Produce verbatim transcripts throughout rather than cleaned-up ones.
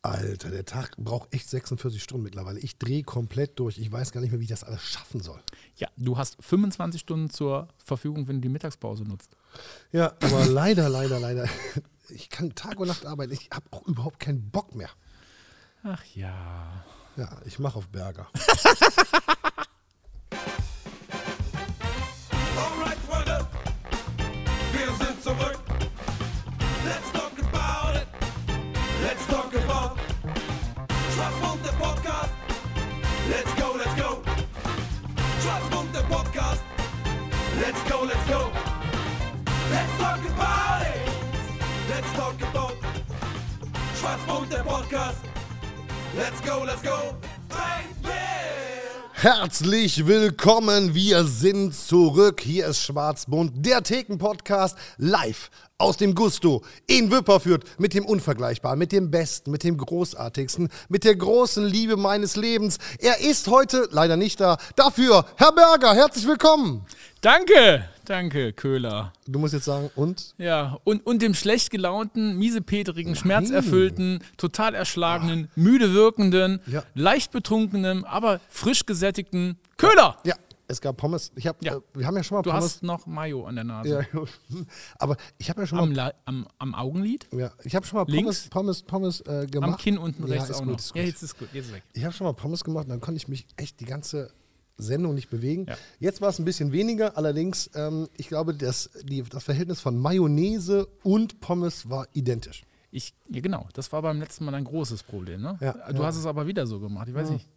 Alter, der Tag braucht echt sechsundvierzig Stunden mittlerweile. Ich drehe komplett durch. Ich weiß gar nicht mehr, wie ich das alles schaffen soll. Ja, du hast fünfundzwanzig Stunden zur Verfügung, wenn du die Mittagspause nutzt. Ja, aber leider, leider, leider. Ich kann Tag und Nacht arbeiten. Ich habe auch überhaupt keinen Bock mehr. Ach ja. Ja, ich mache auf Burger. Alright, Freunde, wir sind zurück. Let's talk about it. Let's talk about Schwarzmund, der Podcast. Let's go, let's go. Schwarzmund, der Podcast. Let's go, let's go. Let's talk about it. Let's talk about Schwarzmund, der Podcast. Let's go, let's go. Baby. Herzlich willkommen, wir sind zurück. Hier ist Schwarzmund, der Theken-Podcast, live aus dem Gusto in Wipperfürth mit dem Unvergleichbaren, mit dem Besten, mit dem Großartigsten, mit der großen Liebe meines Lebens. Er ist heute leider nicht da. Dafür, Herr Berger, herzlich willkommen. Danke, danke, Köhler. Du musst jetzt sagen, und? Ja, und, und dem schlecht gelaunten, miesepeterigen, schmerzerfüllten, total erschlagenen, müde wirkenden, Ja. leicht betrunkenen, aber frisch gesättigten Köhler. Ja, es gab Pommes. Ich hab, Ja. äh, wir haben ja schon mal Du Pommes. hast noch Mayo an der Nase. Ja, aber ich habe ja schon Am, mal, La am, am Augenlid? ja, ich habe schon mal Pommes, Links? Pommes, Pommes äh, gemacht. Am Kinn unten Ja, rechts ist auch gut, noch. ist Ja, gut. jetzt ist gut, jetzt ist weg. Ich habe schon mal Pommes gemacht und dann konnte ich mich echt die ganze Sendung nicht bewegen. Ja. Jetzt war es ein bisschen weniger, allerdings, ähm, ich glaube, das, die, das Verhältnis von Mayonnaise und Pommes war identisch. Ich, ja, genau, das war beim letzten Mal ein großes Problem. Ne? Ja, du ja. hast es aber wieder so gemacht, ich weiß nicht.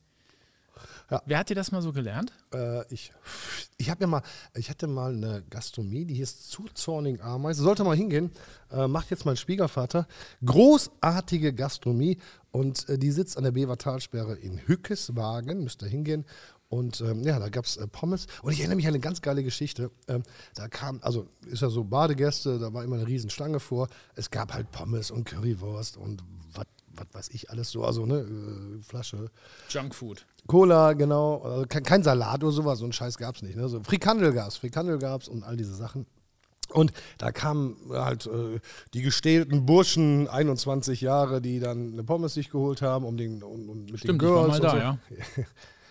Ja. Wer hat dir das mal so gelernt? Äh, ich ich habe ja mal, ich hatte mal eine Gastronomie, die hieß Zu Zorning Ameise. Sollte mal hingehen, äh, macht jetzt mein Schwiegervater. Großartige Gastronomie und äh, die sitzt an der Bevertalsperre in Hückeswagen, müsst ihr hingehen. Und ähm, ja, da gab es äh, Pommes. Und ich erinnere mich an eine ganz geile Geschichte. Ähm, da kam, also ist ja so Badegäste, da war immer eine riesen Schlange vor. Es gab halt Pommes und Currywurst und was was weiß ich alles so, also ne, äh, Flasche. Junkfood. Cola, genau. Also kein, kein Salat oder sowas, so einen Scheiß gab es nicht. Ne? So Frikandel gab es, Frikandel gab es und all diese Sachen. Und da kamen halt äh, die gestählten Burschen, einundzwanzig Jahre, die dann eine Pommes sich geholt haben, um den, um, um mit Stimmt, den ich war Girls mal und da, so. ja.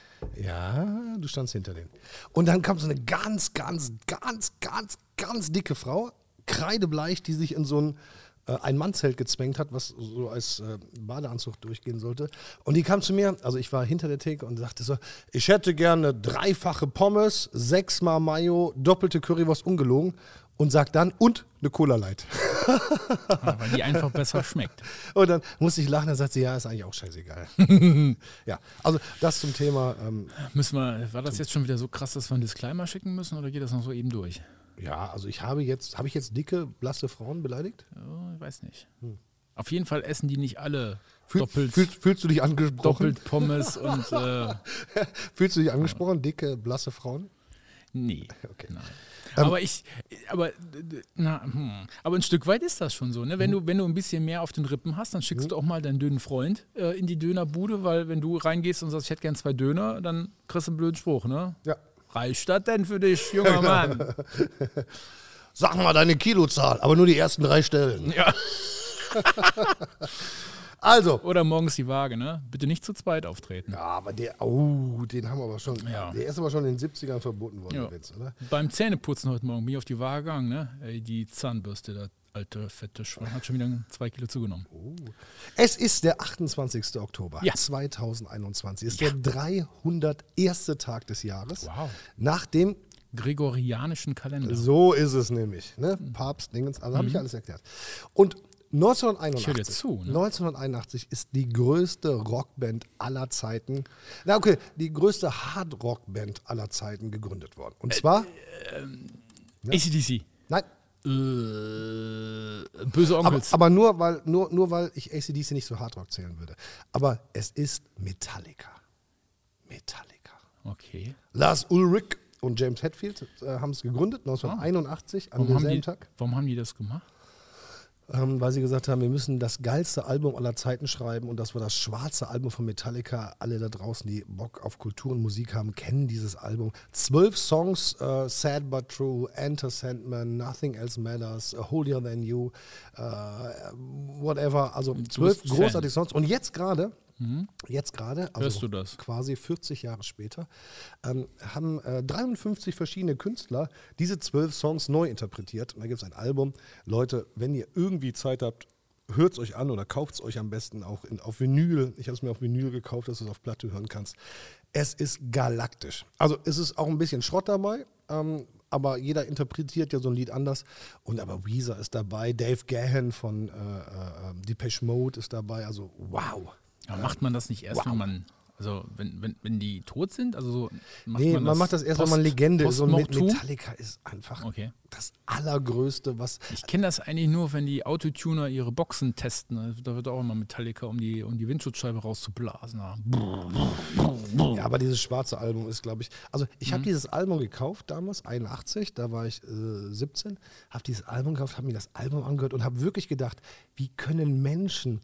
Ja, du standst hinter denen. Und dann kam so eine ganz, ganz, ganz, ganz, ganz dicke Frau, kreidebleich, die sich in so ein äh, Ein-Mann-Zelt gezwängt hat, was so als äh, Badeanzug durchgehen sollte. Und die kam zu mir, also ich war hinter der Theke und sagte so, ich hätte gerne dreifache Pommes, sechsmal Mayo, doppelte Currywurst, ungelogen. Und sagt dann, und eine Cola Light. Ja, weil die einfach besser schmeckt. Und dann musste ich lachen, dann sagt sie, ja, ist eigentlich auch scheißegal. Ja, also das zum Thema, ähm, Müssen wir, war das jetzt schon wieder so krass, dass wir einen Disclaimer schicken müssen oder geht das noch so eben durch? ja, also ich habe jetzt, habe ich jetzt dicke, blasse Frauen beleidigt? Oh, ich weiß nicht. Auf jeden Fall essen die nicht alle Fühl, doppelt, fühlst, fühlst du dich angesprochen? doppelt Pommes und äh, Fühlst du dich angesprochen, dicke, blasse Frauen? nee. Okay. Nein. Ähm, aber ich, aber, na, hm. aber ein Stück weit ist das schon so. Ne? Wenn, du, wenn du ein bisschen mehr auf den Rippen hast, dann schickst du auch mal deinen dünnen Freund äh, in die Dönerbude, weil wenn du reingehst und sagst, ich hätte gern zwei Döner, dann kriegst du einen blöden Spruch. Ne? Ja. Reicht das denn für dich, junger Mann? Sag mal deine Kilozahl, aber nur die ersten drei Stellen. Ja. Also. Oder morgens die Waage, ne? Bitte nicht zu zweit auftreten. Ja, aber der, oh, den haben wir aber schon, Ja. der ist aber schon in den siebzigern verboten worden, Ja. der Witz, oder? Beim Zähneputzen heute Morgen bin ich auf die Waage gegangen, ne? Ey, die Zahnbürste, der alte, fette Schwein, hat schon wieder zwei Kilo zugenommen. Es ist der achtundzwanzigster Oktober Ja. zweitausendeinundzwanzig. Es ist der dreihunderterste Tag des Jahres. Wow. Nach dem, Gregorianischen Kalender. so ist es nämlich, ne? Papst, Dingens, also habe ich alles erklärt. Und neunzehnhunderteinundachtzig, Ich höre dir zu, ne? neunzehnhunderteinundachtzig ist die größte Rockband aller Zeiten, na okay, die größte Hard-Rock-Band aller Zeiten gegründet worden. Und zwar, A C D C. nein, Äh, böse aber, Onkels. aber nur, weil, nur, nur weil ich A C D C nicht zu Hardrock zählen würde. Aber es ist Metallica. Metallica. Okay. Lars Ulrich und James Hetfield äh, haben es gegründet, neunzehnhunderteinundachtzig, an Warum haben, demselben die, Tag. warum haben die das gemacht? ähm, weil sie gesagt haben, wir müssen das geilste Album aller Zeiten schreiben und das war das schwarze Album von Metallica. Alle da draußen, die Bock auf Kultur und Musik haben, kennen dieses Album. Zwölf Songs, äh, Sad But True, Enter Sandman, Nothing Else Matters, uh, Holier Than You, äh, whatever. Also zwölf großartige Songs. Und jetzt gerade, Mhm. Jetzt gerade, also Hörst du das? quasi vierzig Jahre später, ähm, haben äh, dreiundfünfzig verschiedene Künstler diese zwölf Songs neu interpretiert. Und da gibt es ein Album. Leute, wenn ihr irgendwie Zeit habt, hört es euch an oder kauft es euch am besten auch in, auf Vinyl. Ich habe es mir auf Vinyl gekauft, dass du es auf Platte hören kannst. Es ist galaktisch. Also es ist auch ein bisschen Schrott dabei, ähm, aber jeder interpretiert ja so ein Lied anders. Und aber Weezer ist dabei, Dave Gahan von äh, äh, Depeche Mode ist dabei. Also wow. Aber macht man das nicht erst, wow. wenn man, also wenn, wenn, wenn die tot sind? Also so macht nee, man, man das macht das erst, post, wenn man Legende ist. Und Postmortem? Metallica ist einfach Okay. das Allergrößte, was... Ich kenne das eigentlich nur, wenn die Autotuner ihre Boxen testen. Also da wird auch immer Metallica, um die, um die Windschutzscheibe rauszublasen. Ja, aber dieses schwarze Album ist, glaube ich... Also ich habe Mhm. dieses Album gekauft damals, einundachtzig, da war ich äh, siebzehn, habe dieses Album gekauft, habe mir das Album angehört und habe wirklich gedacht, wie können Menschen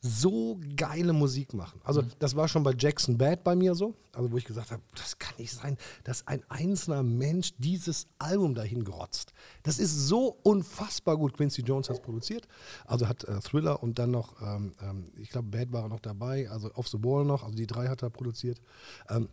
so geile Musik machen. Also Mhm. das war schon bei Jackson Bad bei mir so, also wo ich gesagt habe, das kann nicht sein, dass ein einzelner Mensch dieses Album dahin grotzt. Das ist so unfassbar gut. Quincy Jones hat es produziert, also hat äh, Thriller und dann noch, ähm, ähm, ich glaube Bad war noch dabei, also Off the Wall noch, also die drei hat er produziert. Ähm,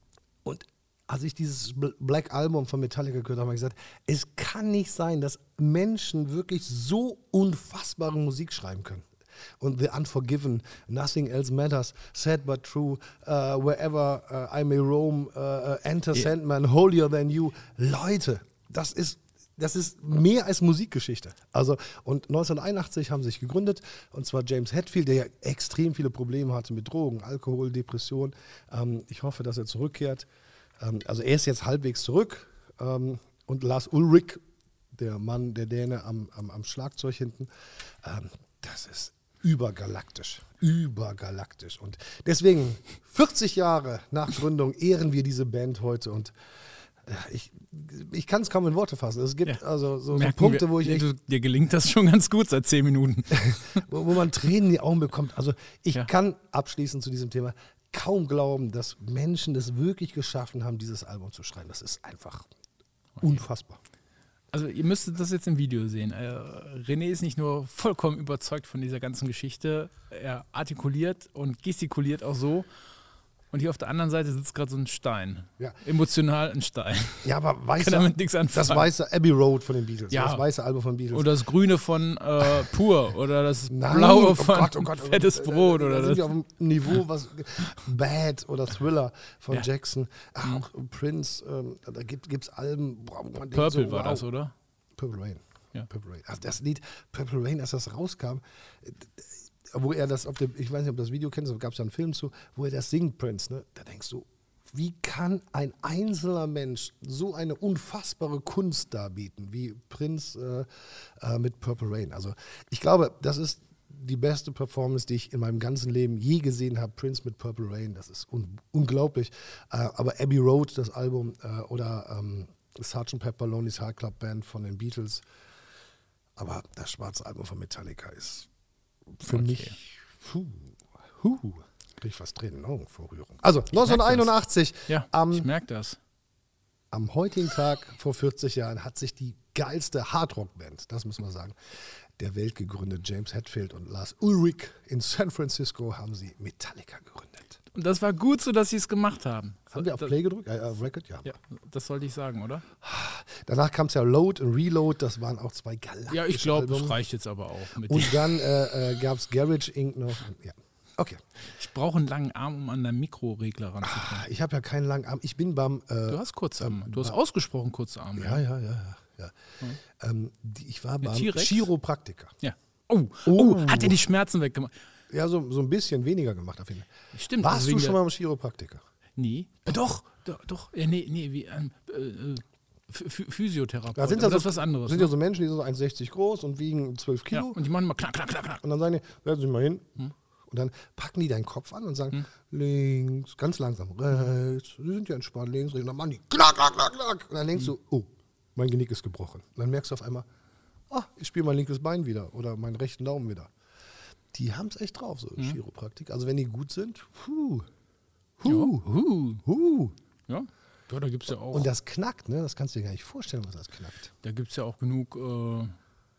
und als ich dieses Black Album von Metallica gehört habe, habe ich gesagt, es kann nicht sein, dass Menschen wirklich so unfassbare Musik schreiben können. Und The Unforgiven, Nothing Else Matters, Sad But True, uh, Wherever uh, I May Roam, uh, Enter Ja. Sandman, Holier Than You. Leute, das ist, das ist mehr als Musikgeschichte. Also, und neunzehnhunderteinundachtzig haben sie sich gegründet, und zwar James Hetfield, der ja extrem viele Probleme hatte mit Drogen, Alkohol, Depression. Ähm, ich hoffe, dass er zurückkehrt. Ähm, also er ist jetzt halbwegs zurück. Ähm, und Lars Ulrich, der Mann, der Däne am, am, am Schlagzeug hinten, ähm, das ist übergalaktisch, übergalaktisch. Und deswegen, vierzig Jahre nach Gründung, ehren wir diese Band heute. Und äh, ich, ich kann es kaum in Worte fassen. Es gibt Ja. also so, so Merken Punkte, wir, wo ich echt, du, dir gelingt das schon ganz gut seit zehn Minuten. wo, wo man Tränen in die Augen bekommt. Also ich Ja. kann abschließend zu diesem Thema kaum glauben, dass Menschen das wirklich geschaffen haben, dieses Album zu schreiben. Das ist einfach unfassbar. Also ihr müsstet das jetzt im Video sehen. Äh, René ist nicht nur vollkommen überzeugt von dieser ganzen Geschichte, er artikuliert und gestikuliert auch so. Und hier auf der anderen Seite sitzt gerade so ein Stein. Ja. Emotional ein Stein. Ja, aber Kann weiße, damit nichts anfangen. das weiße Abbey Road von den Beatles, Ja. das weiße Album von den Beatles. Oder das Grüne von äh, Pur oder das Nein, Blaue oh von Gott, oh Gott, oh Gott. Fettes Brot Da oder sind das. wir auf dem Niveau, was Bad oder Thriller von Ja. Jackson, ach, auch Prince, ähm, da gibt es Alben, boah, wo man denkt Purple so, war wow. das, oder? Purple Rain. Ja. Purple Rain. Also das Lied Purple Rain, als das rauskam, äh, wo er das auf dem, ich weiß nicht, ob du das Video kennst, da gab es ja einen Film zu, wo er das singt, Prince, ne? Da denkst du, wie kann ein einzelner Mensch so eine unfassbare Kunst darbieten, wie Prince äh, äh, mit Purple Rain? Also ich glaube, das ist die beste Performance, die ich in meinem ganzen Leben je gesehen habe. Prince mit Purple Rain, das ist un unglaublich. Äh, aber Abbey Road, das Album, äh, oder ähm, Sergeant Pepper, Lonely's Heart Club Band von den Beatles. Aber das schwarze Album von Metallica ist für Okay. mich, puh, puh, krieg ich fast Tränen in den Augen vor Rührung. Also neunzehnhunderteinundachtzig, Ja, am, ich merke das. am heutigen Tag vor vierzig Jahren hat sich die geilste Hardrock-Band, das muss man sagen, der Welt gegründet. James Hetfield und Lars Ulrich in San Francisco haben sie Metallica gegründet. Und das war gut so, dass sie es gemacht haben. Haben wir auf das, Play gedrückt? Äh, auf Record? Ja. ja, das sollte ich sagen, oder? Danach kam es ja Load und Reload, das waren auch zwei galaktische Ja, ich glaube, Alben. das reicht jetzt aber auch. Mit Und dann äh, äh, gab es Garage Incorporated noch. Und, ja. Okay. ich brauche einen langen Arm, um an deinen Mikroregler ranzukommen. Ah, Ich habe ja keinen langen Arm. Ich bin beim. Äh, Du hast kurze Arme. ähm, Du hast ba- ausgesprochen kurze Arme. Ja, ja, ja. ja, ja. Ähm, die, ich war beim T-Rex? Chiropraktiker. Ja. Oh, oh, Oh. hat er die Schmerzen weggemacht? Ja, so, so ein bisschen weniger gemacht auf jeden Fall. Stimmt. Warst also du wegen schon der- mal beim Chiropraktiker? Nee. Äh, doch, doch, doch. Ja, nee, nee, wie ähm, äh, äh, Ph- Physiotherapeut. Da sind Aber ja das so, ist was anderes. sind ne? ja so Menschen, die sind so eins Komma sechzig groß und wiegen zwölf ja, Kilo. und die machen mal knack, knack, knack, knack. Und dann sagen die, setzen Sie mal hin. Hm. Und dann packen die deinen Kopf an und sagen, links, ganz langsam, rechts. Sie sind ja entspannt, links, rechts. Und dann machen die knack, knack, knack, knack. Und dann denkst du, oh, mein Genick ist gebrochen. Und dann merkst du auf einmal, ah, ich spiele mein linkes Bein wieder oder meinen rechten Daumen wieder. Die haben es echt drauf, so Mhm. Chiropraktik. Also wenn die gut sind, puh, Ja. huh, Huh. huh. Ja. Ja, da gibt es ja auch. Und das knackt, ne? Das kannst du dir gar nicht vorstellen, was das knackt. Da gibt es ja auch genug äh,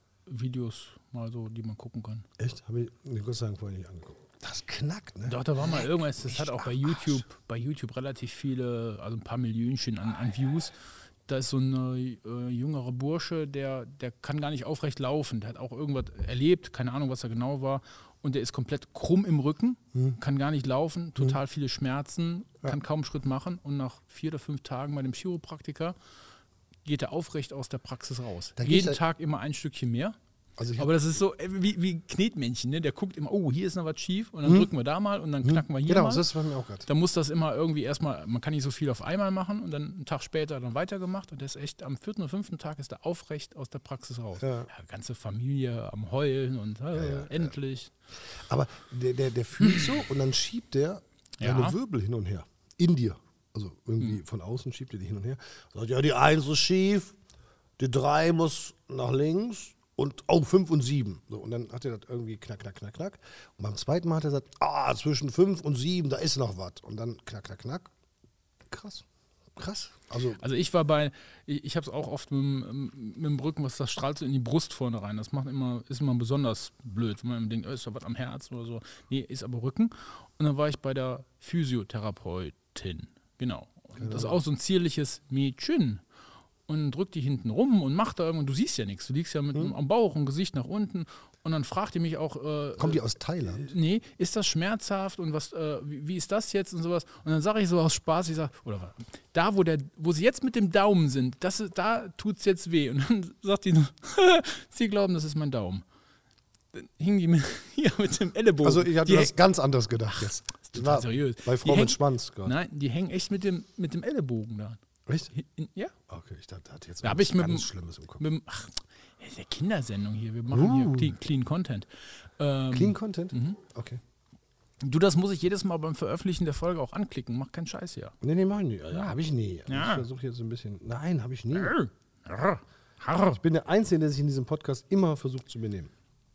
Videos, mal so, die man gucken kann. Echt? Habe ich nee, Gott sei Dank vorher nicht angeguckt. Das knackt, ne? Doch, da war mal irgendwas, das Ich hat auch bei am YouTube, bei YouTube relativ viele, also ein paar Millionchen an, an Views. Da ist so ein äh, jüngerer Bursche, der, der kann gar nicht aufrecht laufen. Der hat auch irgendwas erlebt, keine Ahnung, was da genau war. Und der ist komplett krumm im Rücken, Hm. kann gar nicht laufen, total viele Schmerzen, kann kaum Schritt machen. Und nach vier oder fünf Tagen bei dem Chiropraktiker geht er aufrecht aus der Praxis raus. Da geht's Jeden ja- Tag immer ein Stückchen mehr. Also ich hab, Aber das ist so äh, wie, wie Knetmännchen, ne? Der guckt immer, oh, hier ist noch was schief und dann drücken wir da mal und dann knacken wir hier genau, mal. das ist bei mir auch gerade. Da muss das immer irgendwie erstmal, man kann nicht so viel auf einmal machen und dann einen Tag später dann weitergemacht und der ist echt, am vierten oder fünften Tag ist er aufrecht aus der Praxis raus. Ja. Ja, ganze Familie am Heulen und äh, ja, endlich. Aber der, der, der fühlt so und dann schiebt der Ja. seine Wirbel hin und her. In dir. Also irgendwie von außen schiebt er die hin und her. Sagt, ja, die eins ist schief, die drei muss nach links und oh, fünf und sieben. So, und dann hat er das irgendwie knack, knack, knack, knack. Und beim zweiten Mal hat er gesagt, ah, zwischen fünf und sieben, da ist noch was. Und dann knack, knack, knack. Krass. Krass. Also, Also ich war bei, ich, ich habe es auch oft mit, dem- mit dem Rücken, was das strahlt so in die Brust vorne rein. Das macht immer, ist immer besonders blöd, wenn man immer denkt, oh, ist da was am Herz oder so. Nee, ist aber Rücken. Und dann war ich bei der Physiotherapeutin. Genau. Und das ist auch so ein zierliches Mädchen. Und drückt die hinten rum und macht da irgendwann, du siehst ja nichts. Du liegst ja mit Hm. am Bauch und Gesicht nach unten. Und dann fragt die mich auch, äh, kommt die aus Thailand? nee, ist das schmerzhaft und was, äh, wie, wie ist das jetzt und sowas? Und dann sage ich so aus Spaß, ich sage, oder was, da, wo, der, wo sie jetzt mit dem Daumen sind, das ist, da tut es jetzt weh. Und dann sagt die nur, sie glauben, das ist mein Daumen. Dann hing die mit, hier mit dem Ellenbogen. Also ich hatte die das häng- ganz anders gedacht jetzt. ist total seriös. Bei Frau Die mit hängen- Schwanz gerade. Nein, die hängen echt mit dem, mit dem Ellenbogen da. Echt? In, ja, Okay, ich dachte, da hatte jetzt Da hab was ich mit ganz dem- Schlimmes im Kopf. mit dem, ach, das ist ja Kindersendung hier, wir machen hier Uh. clean, clean Content. Ähm, Clean Content? Mhm. Okay. Du, das muss ich jedes Mal beim Veröffentlichen der Folge auch anklicken, mach keinen Scheiß hier. Nee, nee, mach ich nie. Ja, habe ich nie. Ja. Ich versuche jetzt ein bisschen. Nein, habe ich nie. Harr. Harr. Ich bin der Einzige, der sich in diesem Podcast immer versucht zu benehmen.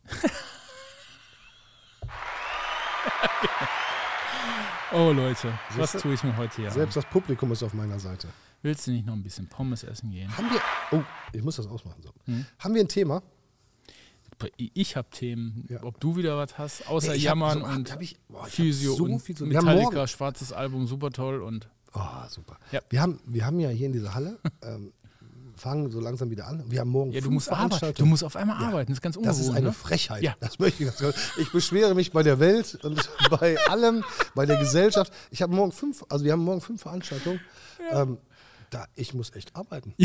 Oh Leute, was Siehste? tue ich mir heute hier an? Selbst das Publikum ist auf meiner Seite. Willst du nicht noch ein bisschen Pommes essen gehen? Haben wir. Oh, ich muss das ausmachen. So. Hm? Haben wir ein Thema? Ich habe Themen, Ja. ob du wieder was hast, außer Nee, ich hab Jammern so- und hab ich- boah, ich hab Physio so und viel zu- Wir haben Metallica, morgen- schwarzes Album, super toll und Oh, super. Ja. Wir, haben, wir haben ja hier in dieser Halle, ähm, fangen so langsam wieder an. Wir haben morgen ja, du fünf musst arbeiten. Du Veranstaltungen. musst auf einmal arbeiten, das ist ganz ungewohnt. Das ist eine ne? Frechheit. Ja. Das möchte ich ganz kurz. Ich beschwere mich bei der Welt und bei allem, bei der Gesellschaft. Ich habe morgen fünf, also wir haben morgen fünf Veranstaltungen. Ähm, da, ich muss echt arbeiten.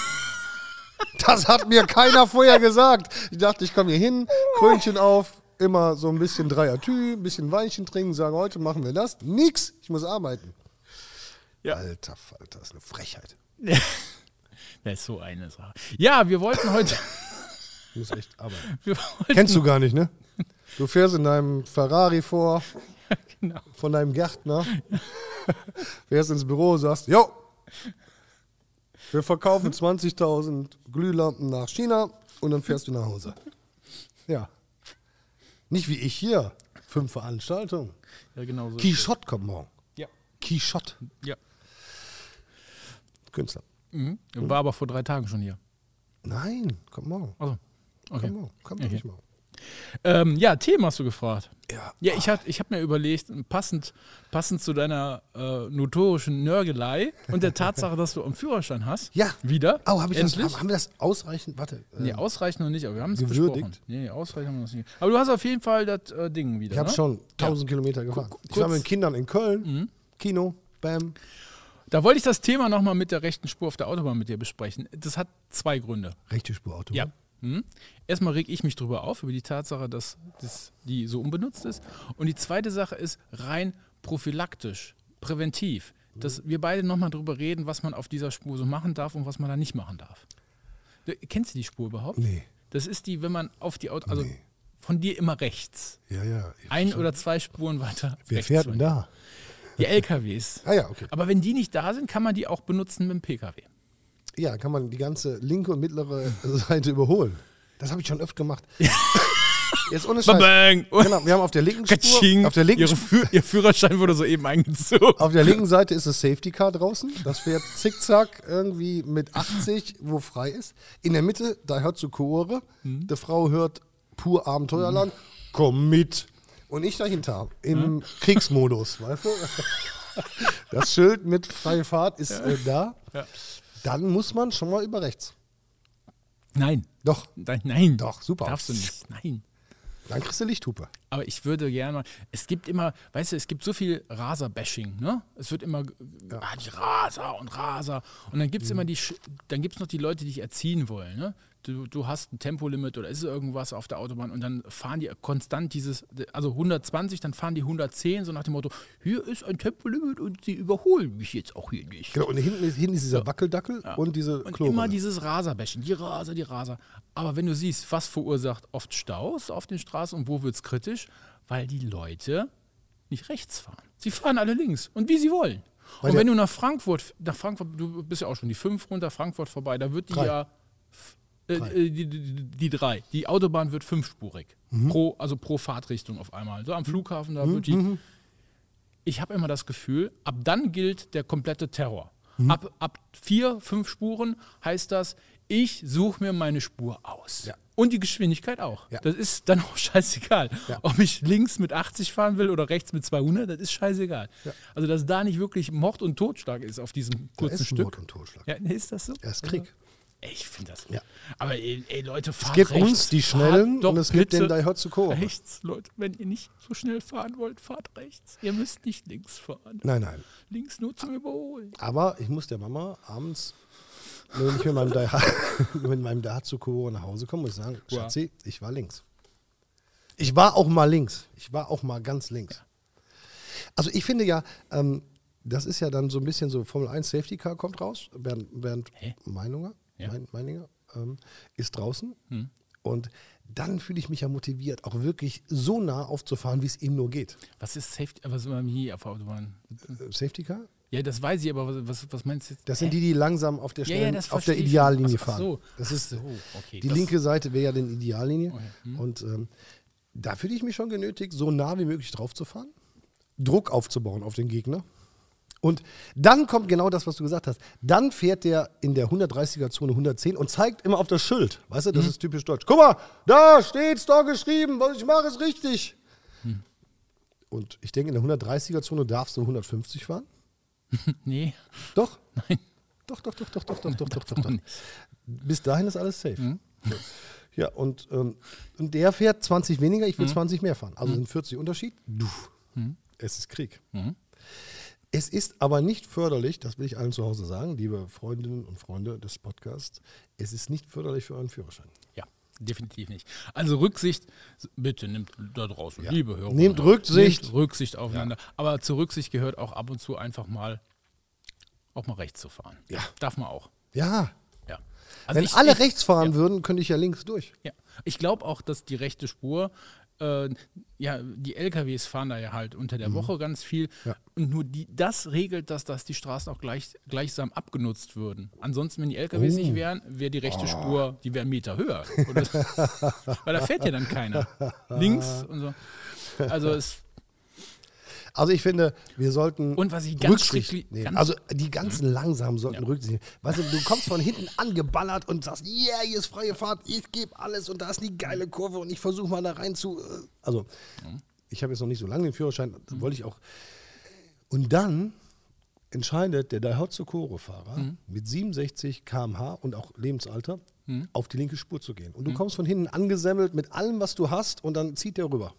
Das hat mir keiner vorher gesagt. Ich dachte, ich komme hier hin, Krönchen auf, immer so ein bisschen Dreier-Tü, ein bisschen Weinchen trinken, sagen, heute machen wir das. Nix, ich muss arbeiten. Ja. Alter Falter, das ist eine Frechheit. Das ist so eine Sache. Ja, wir wollten heute. Ich muss echt arbeiten. wir wollten, Kennst du gar nicht, ne? Du fährst in deinem Ferrari vor, genau. von deinem Gärtner, fährst ins Büro, sagst, jo, wir verkaufen zwanzigtausend Glühlampen nach China und dann fährst du nach Hause. Ja. Nicht wie ich hier. Fünf Veranstaltungen. Ja, genau so. Quichotte kommt morgen. Ja. Quichotte. ja. Künstler. Mhm. War aber vor drei Tagen schon hier. Nein, kommt morgen. Also, okay. Kommt morgen. Kommt Okay. wirklich morgen. Ähm, ja, Themen hast du gefragt. Ja. Ja, ich, hat- ich habe mir überlegt, passend, passend zu deiner äh, notorischen Nörgelei und der Tatsache, dass du einen Führerschein hast. Ja. Wieder. Oh, hab ich das, endlich. haben, haben wir das ausreichend? Warte. äh, Nee, ausreichend noch nicht, aber wir haben es gewürdigt? besprochen. Nee, ausreichend haben wir das nicht. Aber du hast auf jeden Fall das äh, Ding wieder. Ich habe ne? schon tausend Kilometer gefahren. Ku- Ich war kurz- mit den Kindern in Köln. Kino. Bam. Da wollte ich das Thema nochmal mit der rechten Spur auf der Autobahn mit dir besprechen. Das hat zwei Gründe. Rechte Spur Auto. Ja. Hm. Erstmal reg ich mich drüber auf, über die Tatsache, dass das, die so unbenutzt ist. Und die zweite Sache ist rein prophylaktisch, präventiv. Dass wir beide nochmal drüber reden, was man auf dieser Spur so machen darf und was man da nicht machen darf. Du, kennst du die Spur überhaupt? Nee. Das ist die, wenn man auf die Auto, also Nee. von dir immer rechts. Ja, ja. Ich Ein schon. oder zwei Spuren weiter. Wer rechts fährt denn da? Die L K Ws. Ah ja, okay. Aber wenn die nicht da sind, kann man die auch benutzen mit dem P K W. Ja, dann kann man die ganze linke und mittlere Seite überholen. Das habe ich schon öfter gemacht. Jetzt ohne Scheiß. Bang! Genau, wir haben auf der linken Katsching. Spur, auf der linken, Ihre Fü Ihr Führerschein wurde soeben eingezogen. auf der linken Seite ist das Safety Car draußen. Das fährt zickzack irgendwie mit achtzig, wo frei ist. In der Mitte, da hört zu Chore. Mhm. Die Frau hört pur Abenteuerland. Komm mit. Und ich dahinter, im Mhm. Kriegsmodus, weißt du? Das Schild mit freie Fahrt ist äh, da. Ja. Dann muss man schon mal über rechts. Nein. Doch, Nein, nein. Doch, super. Darfst du nicht. Nein. dann kriegst du Lichthupe. Aber ich würde gerne mal, es gibt immer, weißt du, es gibt so viel Raser-Bashing, ne? Es wird immer, ah, die Raser und Raser. Und dann gibt es immer die, Sch- dann gibt es noch die Leute, die dich erziehen wollen, ne? Du, du hast ein Tempolimit oder ist irgendwas auf der Autobahn und dann fahren die konstant dieses, also hundertzwanzig, dann fahren die hundertzehn, so nach dem Motto, hier ist ein Tempolimit und sie überholen mich jetzt auch hier nicht. Genau, und hinten ist, hinten ist dieser Wackeldackel und diese Und Klore. immer dieses Raserbashing, die Raser, die Raser. Aber wenn du siehst, was verursacht oft Staus auf den Straßen und wo wird es kritisch, weil die Leute nicht rechts fahren. Sie fahren alle links und wie sie wollen. Weil und der- wenn du nach Frankfurt, nach Frankfurt, du bist ja auch schon die fünf runter, Frankfurt vorbei, da wird die Drei. ja äh, äh, die, die, die drei. Die Autobahn wird fünfspurig. Mhm. Pro, also pro Fahrtrichtung auf einmal. So am Flughafen, da wird die. Ich habe immer das Gefühl, ab dann gilt der komplette Terror. Mhm. Ab, ab vier, fünf Spuren heißt das, ich suche mir meine Spur aus. Ja. Und die Geschwindigkeit auch. Ja. Das ist dann auch scheißegal. Ja. Ob ich links mit achtzig fahren will oder rechts mit zweihundert, das ist scheißegal. Ja. Also, dass da nicht wirklich Mord und Totschlag ist auf diesem Da kurzen ist Stück. Mord und Totschlag. Ja, nee, ist das so? Er ist Krieg. Ey, ich finde das. Ja. Aber ey, ey Leute, fahrt Es gibt rechts. uns, die Fahrt Schnellen, doch und es gibt bitte den Daihatsu Chore. rechts, Leute. Wenn ihr nicht so schnell fahren wollt, fahrt rechts. Ihr müsst nicht links fahren. Nein, nein. Links nur zum Überholen. Aber ich muss der Mama abends, wenn ich mit meinem, Daihatsu, mit meinem Daihatsu Chore nach Hause komme, muss ich sagen, Ja. Schatzi, ich war links. Ich war auch mal links. Ich war auch mal ganz links. Also ich finde ja, ähm, das ist ja dann so ein bisschen so, Formel eins Safety Car kommt raus, Bernd, Bernd Hä? Meininger, Ja. Mein, Meininger ähm, ist draußen. Und dann fühle ich mich ja motiviert, auch wirklich so nah aufzufahren, wie es eben nur geht. Was ist Safety? Was immer hier auf der Autobahn? Äh, Safety Car? Ja, das weiß ich, aber was, was, was meinst du jetzt? Das sind die, die langsam auf der, Ja, ja, schnellen, das auf der verstehe ich Ideallinie schon. Ach, ach fahren. so. Das Ach ist, so, okay. die Das- linke Seite wäre ja die Ideallinie. Okay, hm. Und ähm, da fühle ich mich schon genötigt, so nah wie möglich drauf zu fahren, Druck aufzubauen auf den Gegner. Und dann kommt genau das, was du gesagt hast. Dann fährt der in der hundertdreißiger-Zone hundertzehn und zeigt immer auf das Schild. Weißt du, das ist typisch deutsch. Guck mal, da steht's doch geschrieben, was ich mache, ist richtig. Und ich denke, in der hundertdreißiger-Zone darfst du hundertfünfzig fahren. Nee. Doch? Nein. Doch, doch, doch, doch, doch, doch, doch, doch, doch, doch. man nicht. Bis dahin ist alles safe. So. Ja, und, ähm, und der fährt zwanzig weniger, ich will zwanzig mehr fahren. Also sind vierzig Unterschied. Du. Es ist Krieg. Es ist aber nicht förderlich, das will ich allen zu Hause sagen, liebe Freundinnen und Freunde des Podcasts, es ist nicht förderlich für euren Führerschein. Ja, definitiv nicht. Also Rücksicht, bitte nimmt da draußen, liebe Hörer. Nehmt Rücksicht. Nehmt Rücksicht aufeinander. Aber zur Rücksicht gehört auch ab und zu einfach mal auch mal rechts zu fahren. Ja. Darf man auch. Ja, Ja. Also wenn ich- alle ich, rechts fahren würden, könnte ich ja links durch. Ja. Ich glaube auch, dass die rechte Spur, äh, ja, die L K Ws fahren da ja halt unter der Woche ganz viel. Ja. Und nur die, das regelt das, dass die Straßen auch gleich, gleichsam abgenutzt würden. Ansonsten, wenn die L K Ws nicht wären, wäre die rechte Spur, die wäre einen Meter höher. Oder, weil da fährt ja dann keiner. Links und so. Also es. Also ich finde, wir sollten Und was ich ganz Rücksicht schrecklich- nehmen. ganz- Also die ganzen Langsamen sollten Ja. Rücksicht nehmen. Weißt du, du kommst von hinten angeballert und sagst, yeah, hier ist freie Fahrt, ich gebe alles und da ist die geile Kurve und ich versuche mal da rein zu... äh, Also, ich habe jetzt noch nicht so lange den Führerschein, da wollte ich auch... Und dann entscheidet der Daihatsu Chore-Fahrer mit siebenundsechzig Kilometer pro Stunde und auch Lebensalter auf die linke Spur zu gehen. Und du kommst von hinten angesemmelt mit allem, was du hast und dann zieht der rüber.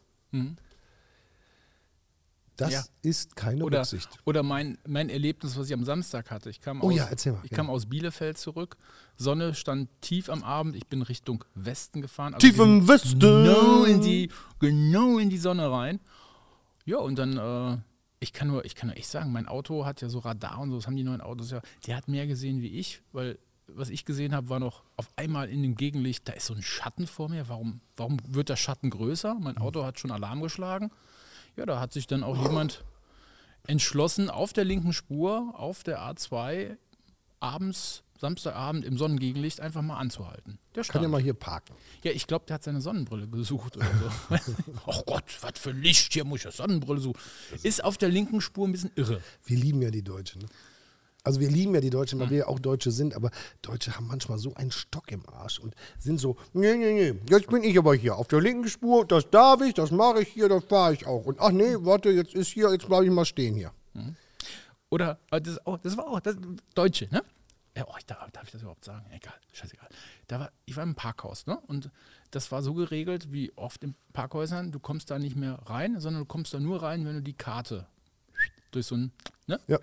Das Ja. ist keine Oder, Rücksicht. oder mein, mein Erlebnis, was ich am Samstag hatte. Ich kam Oh aus, ja, erzähl mal, Ich ja. kam aus Bielefeld zurück. Sonne stand tief am Abend. Ich bin Richtung Westen gefahren. Also Tief im Westen. Genau in die, genau in die Sonne rein. Ja, und dann, äh, ich kann nur, ich kann nur echt sagen, mein Auto hat ja so Radar und so, das haben die neuen Autos ja. Der hat mehr gesehen wie ich, weil was ich gesehen habe, war noch auf einmal in dem Gegenlicht, da ist so ein Schatten vor mir. Warum, warum wird der Schatten größer? Mein Auto hat schon Alarm geschlagen. Ja, da hat sich dann auch jemand entschlossen, auf der linken Spur, auf der A zwei, abends, Samstagabend im Sonnengegenlicht einfach mal anzuhalten. Der Kann stand. ja mal hier parken. Ja, ich glaube, der hat seine Sonnenbrille gesucht oder so. Ach Gott, was für Licht, hier muss ich ja Sonnenbrille suchen. Ist auf der linken Spur ein bisschen irre. Wir lieben ja die Deutschen. Ne? Also wir lieben ja die Deutschen, Mhm. weil wir ja auch Deutsche sind, aber Deutsche haben manchmal so einen Stock im Arsch und sind so, nee, nee, nee, jetzt bin ich aber hier auf der linken Spur, das darf ich, das mache ich hier, das fahre ich auch. Und ach nee, warte, jetzt ist hier, jetzt bleibe ich mal stehen hier. Oder, äh, das, oh, das war auch das, Deutsche, ne? Ja, oh, ich darf, darf ich das überhaupt sagen? Egal, scheißegal. Da war, ich war im Parkhaus, ne? Und das war so geregelt, wie oft in Parkhäusern, du kommst da nicht mehr rein, sondern du kommst da nur rein, wenn du die Karte durch so ein, ne? Ja.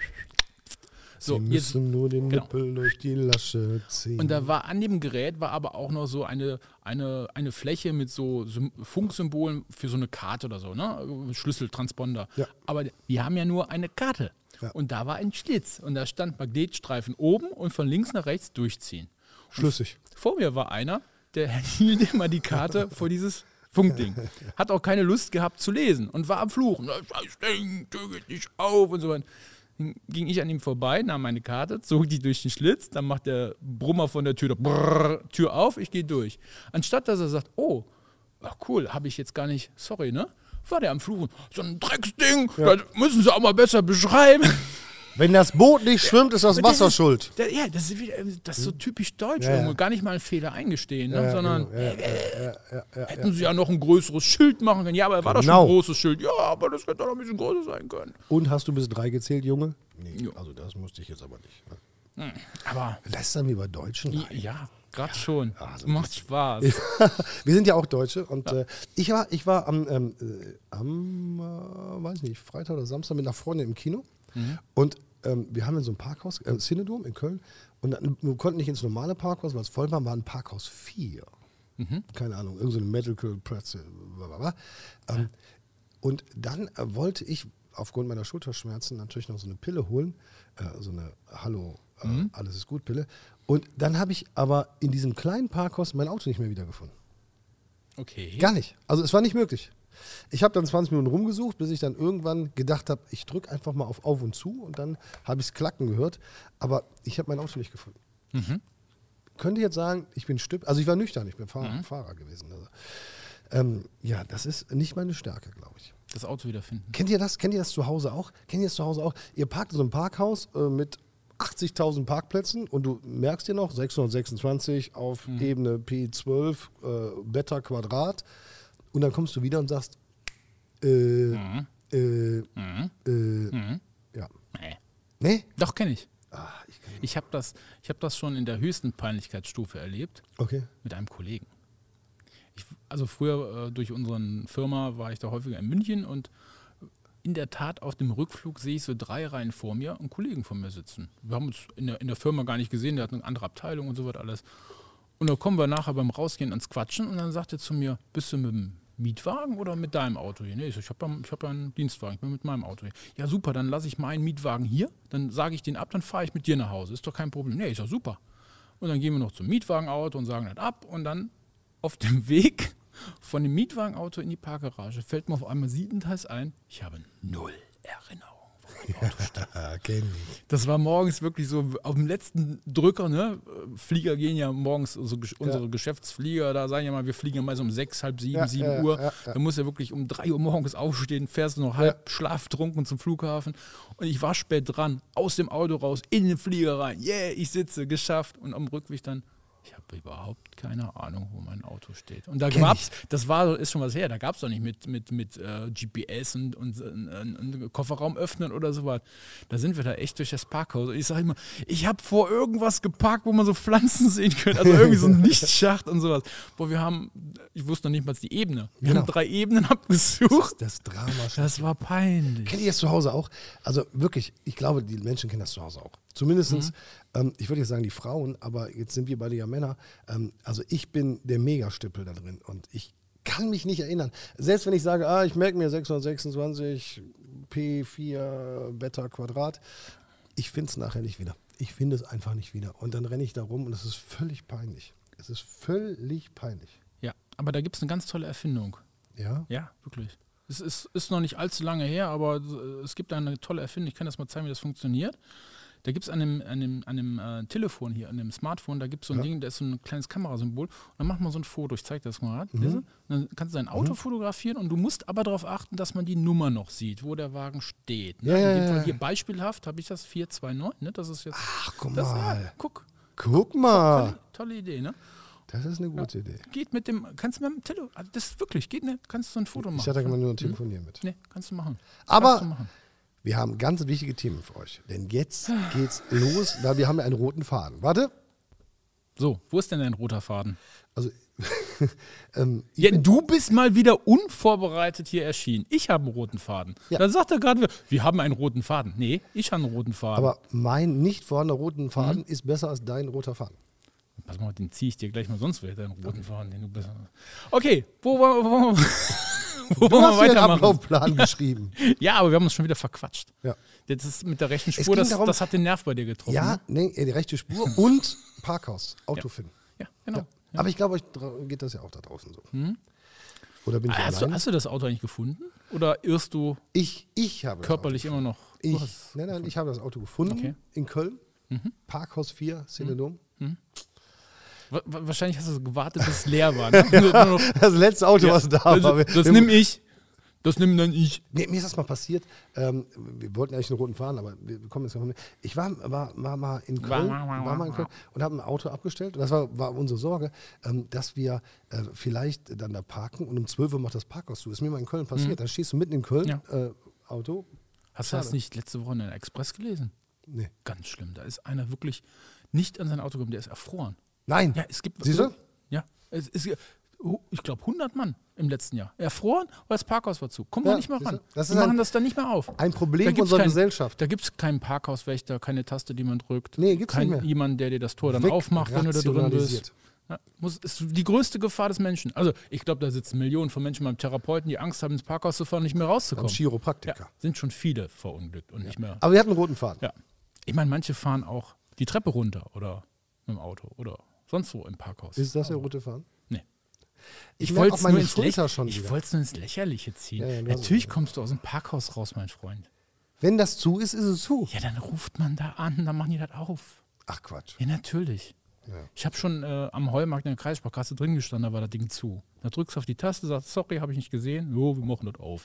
So, Sie jetzt, müssen nur den genau. Nippel durch die Lasche ziehen. Und da war an dem Gerät war aber auch noch so eine, eine, eine Fläche mit so Sym- Funksymbolen für so eine Karte oder so, ne? Schlüssel, Transponder. Ja. Aber wir haben ja nur eine Karte. Ja. Und da war ein Schlitz. Und da stand Magnetstreifen oben und von links nach rechts durchziehen. Schlüssig. Vor mir war einer, der hielt immer die Karte vor dieses Funkding. Hat auch keine Lust gehabt zu lesen und war am Fluchen. Das scheiß Ding, Tür geht nicht auf und so weiter. Dann ging ich an ihm vorbei, nahm meine Karte, zog die durch den Schlitz, dann macht der Brummer von der Tür, da brrr, Tür auf, ich gehe durch. Anstatt dass er sagt, oh, ach cool, habe ich jetzt gar nicht, sorry, ne? War der am Fluchen. So ein Drecksding, Ja. das müssen sie auch mal besser beschreiben. Wenn das Boot nicht schwimmt, ist das Und Wasser ist, schuld. Der, ja, das ist, wieder, das ist so typisch deutsch, Ja, ja. irgendwo. Gar nicht mal einen Fehler eingestehen, ne? Ja, sondern genau. ja, ja, ja, ja, ja, hätten sie ja noch ein größeres Schild machen können. Ja, aber war doch schon Genau. ein großes Schild. Ja, aber das hätte doch noch ein bisschen größer sein können. Und hast du bis drei gezählt, Junge? Nee, Jo. also das musste ich jetzt aber nicht. Ne? Aber Lästern wir bei Deutschen? i- ja, gerade schon. also Macht Spaß. Wir sind ja auch Deutsche und äh, ich war, ich war am, ähm, äh, am äh, weiß nicht, Freitag oder Samstag mit einer Freundin im Kino und ähm, wir haben in so einem Parkhaus, äh, Cinedom in Köln und dann, wir konnten nicht ins normale Parkhaus, weil es voll war, war ein Parkhaus vier. Keine Ahnung, irgendeine so Medical Press. Blablabla. Ähm, und dann äh, wollte ich aufgrund meiner Schulterschmerzen natürlich noch so eine Pille holen, äh, so eine Hallo, äh, alles ist gut Pille. Und dann habe ich aber in diesem kleinen Parkhaus mein Auto nicht mehr wiedergefunden. Okay. Gar nicht. Also es war nicht möglich. Ich habe dann zwanzig Minuten rumgesucht, bis ich dann irgendwann gedacht habe, ich drücke einfach mal auf Auf und Zu und dann habe ich es klacken gehört. Aber ich habe mein Auto nicht gefunden. Könnte jetzt sagen, ich bin Stück, also ich war nüchtern, ich bin Fahrer, Fahrer gewesen. Also, ähm, ja, das ist nicht meine Stärke, glaube ich. Das Auto wiederfinden. Kennt ihr das? Kennt ihr das zu Hause auch? Kennt ihr das zu Hause auch? Ihr parkt in so einem Parkhaus äh, mit achtzigtausend Parkplätzen und du merkst dir noch sechshundertsechsundzwanzig auf Ebene P zwölf äh, Beta Quadrat und dann kommst du wieder und sagst, äh, Mhm. äh, Mhm. äh, Mhm. ja. Nee. Nee? Doch, kenne ich. Ah, ich kann nicht. Ich habe das, ich hab das schon in der höchsten Peinlichkeitsstufe erlebt. Okay. Mit einem Kollegen. Ich, also früher äh, durch unsere Firma war ich da häufiger in München und in der Tat auf dem Rückflug sehe ich so drei Reihen vor mir einen Kollegen von mir sitzen. Wir haben uns in der, in der Firma gar nicht gesehen, der hat eine andere Abteilung und so was alles. Und dann kommen wir nachher beim Rausgehen ans Quatschen und dann sagt er zu mir, bist du mit dem Mietwagen oder mit deinem Auto hier? Nee, ich, so, ich habe ja, ich hab ja einen Dienstwagen, ich bin mit meinem Auto hier. Ja super, dann lasse ich meinen Mietwagen hier, dann sage ich den ab, dann fahre ich mit dir nach Hause. Ist doch kein Problem. Nee, ist doch super. Und dann gehen wir noch zum Mietwagenauto und sagen das ab und dann auf dem Weg von dem Mietwagenauto in die Parkgarage fällt mir auf einmal siebenteils ein, ich habe null Erinnerung, wo mein Auto steht. Ah, kenn ich. Das war morgens wirklich so auf dem letzten Drücker, ne? Flieger gehen ja morgens, so, gesch- unsere Geschäftsflieger, da sagen ja mal, wir fliegen ja mal so um sechs, halb sieben, Ja, sieben ja, Uhr. ja, ja. Da muss ja wirklich um drei Uhr morgens aufstehen, fährst du noch halb schlaftrunken zum Flughafen. Und ich war spät dran, aus dem Auto raus, in den Flieger rein. Yeah, ich sitze, geschafft. Und am Rückweg dann, ich habe überhaupt keine Ahnung, wo mein Auto steht. Und da Kenn gab's, das war, ist schon was her, da gab es doch nicht mit, mit, mit äh, G P S und, und, und, und Kofferraum öffnen oder sowas. Da sind wir da echt durch das Parkhaus. Und ich sage immer, ich habe vor irgendwas geparkt, wo man so Pflanzen sehen könnte. Also irgendwie so ein Lichtschacht und sowas. Boah, wir haben, ich wusste noch nicht mal die Ebene. Wir Genau. haben drei Ebenen abgesucht. Das Drama. Das war peinlich. Kennt ihr das zu Hause auch? Also wirklich, ich glaube, die Menschen kennen das zu Hause auch. Zumindest, ähm, ich würde jetzt sagen die Frauen, aber jetzt sind wir beide ja Männer. Ähm, also ich bin der Megastippel da drin und ich kann mich nicht erinnern. Selbst wenn ich sage, ah, ich merke mir sechshundertsechsundzwanzig P vier Beta Quadrat, ich finde es nachher nicht wieder. Ich finde es einfach nicht wieder. Und dann renne ich da rum und es ist völlig peinlich. Es ist völlig peinlich. Ja, aber da gibt es eine ganz tolle Erfindung. Ja? Ja, wirklich. Es ist, ist noch nicht allzu lange her, aber äh, es gibt eine tolle Erfindung. Ich kann das mal zeigen, wie das funktioniert. Da gibt es an dem, an dem, an dem äh, Telefon hier, an dem Smartphone, da gibt es so ein Ja. Ding, da ist so ein kleines Kamerasymbol. Und dann macht man so ein Foto. Ich zeige das mal. Mhm. Siehst du? Dann kannst du dein Auto fotografieren und du musst aber darauf achten, dass man die Nummer noch sieht, wo der Wagen steht. Ne? Ja, ja, In dem ja. Fall hier beispielhaft habe ich das vier zwei neun. Ne? Das ist jetzt. Ach, guck das, mal. ja, guck, Guck mal. tolle, tolle Idee, ne? Das ist eine gute Idee. Geht mit dem, kannst du mit dem Telefon, also das ist wirklich, geht ne, kannst du ein Foto machen. Ich hatte immer nur ein Telefonieren mit. Nee, kannst du machen. Aber- Kannst du machen. Wir haben ganz wichtige Themen für euch. Denn jetzt geht's los, weil wir haben ja einen roten Faden. Warte. So, wo ist denn dein roter Faden? Also, ähm, ich Ja, bin- du bist mal wieder unvorbereitet hier erschienen. Ich habe einen roten Faden. Ja. Dann sagt er gerade, wir haben einen roten Faden. Nee, ich habe einen roten Faden. aber mein nicht vorhandener roten Mhm. Faden ist besser als dein roter Faden. Pass mal, den ziehe ich dir gleich mal, sonst wäre dein roten Faden, den du besser. Okay, wo wollen wo, wo, wo Du wollen hast wir dir den weitermachen? Ablaufplan geschrieben. Ja, aber wir haben uns schon wieder verquatscht. Ja, Das ist mit der rechten Es Spur, ging das, darum- das hat den Nerv bei dir getroffen. ja Ne? nee, die rechte Spur und Parkhaus, Auto finden. Ja, genau. Ja. Aber ich glaube, euch dra- geht das ja auch da draußen so. Oder bin ich Ah, Hast du, allein? hast du das Auto eigentlich gefunden? Oder irrst du Ich, ich habe körperlich immer noch? Du das Auto. hast- Ich, nein, nein, ich habe das Auto gefunden Okay. in Köln. Parkhaus vier, Celadom. Wa- wa- Wahrscheinlich hast du gewartet, bis es leer war. Ne? Nur- nur noch- Das letzte Auto, Ja, was da das war. Wir- das wir- nehme ich. Das nehme dann ich. Nee, mir ist das mal passiert. Ähm, wir wollten eigentlich einen roten fahren, aber wir kommen jetzt noch. Ich war, war, war mal in Köln, war mal in Köln und habe ein Auto abgestellt. Und das war, war unsere Sorge, ähm, dass wir äh, vielleicht dann da parken und um zwölf Uhr macht das Parkhaus zu. Ist mir mal in Köln passiert. Dann stehst du mitten in Köln, Ja. äh, Auto. Hast du das Schade. nicht letzte Woche in der Express gelesen? Nee. Ganz schlimm. Da ist einer wirklich nicht an sein Auto gekommen, der ist erfroren. Nein. Ja, es gibt. Siehst du? Ja. Es, es, ich glaube, hundert Mann im letzten Jahr. Erfroren, weil das Parkhaus war zu. Kommen wir Ja, nicht mehr siehst ran. du? Das Die ist machen ein- das dann nicht mehr auf. Ein Problem Da gibt's unserer kein- Gesellschaft. Da gibt es keinen Parkhauswächter, keine Taste, die man drückt. Nee, gibt's kein, nicht mehr. Jemand, der dir das Tor dann Weg- aufmacht, wenn du da drin rationalisiert. bist. Ja, muss, ist die größte Gefahr des Menschen. Also, ich glaube, da sitzen Millionen von Menschen beim Therapeuten, die Angst haben, ins Parkhaus zu fahren und nicht mehr Am rauszukommen. Ja, Chiropraktiker. sind schon viele verunglückt und nicht mehr. Aber wir hatten einen roten Faden. Ja. Ich meine, manche fahren auch die Treppe runter oder mit dem Auto oder sonst wo im Parkhaus. Ist das der rote Faden? Nee. Ich Ich merk wollte auch es meine nur, ins Schulter Läch- schon ich wieder. wollt's nur ins Lächerliche ziehen. Ja, ja, du hast Natürlich es. kommst du aus dem Parkhaus raus, mein Freund. Wenn das zu ist, ist es zu. Ja, dann ruft man da an, dann machen die das auf. Ach Quatsch. Ja, natürlich. Ja. Ich habe schon äh, am Heumarkt in der Kreissparkasse drin gestanden, da war das Ding zu. Da drückst du auf die Taste, sagst, sorry, habe ich nicht gesehen. Jo, wir machen das auf.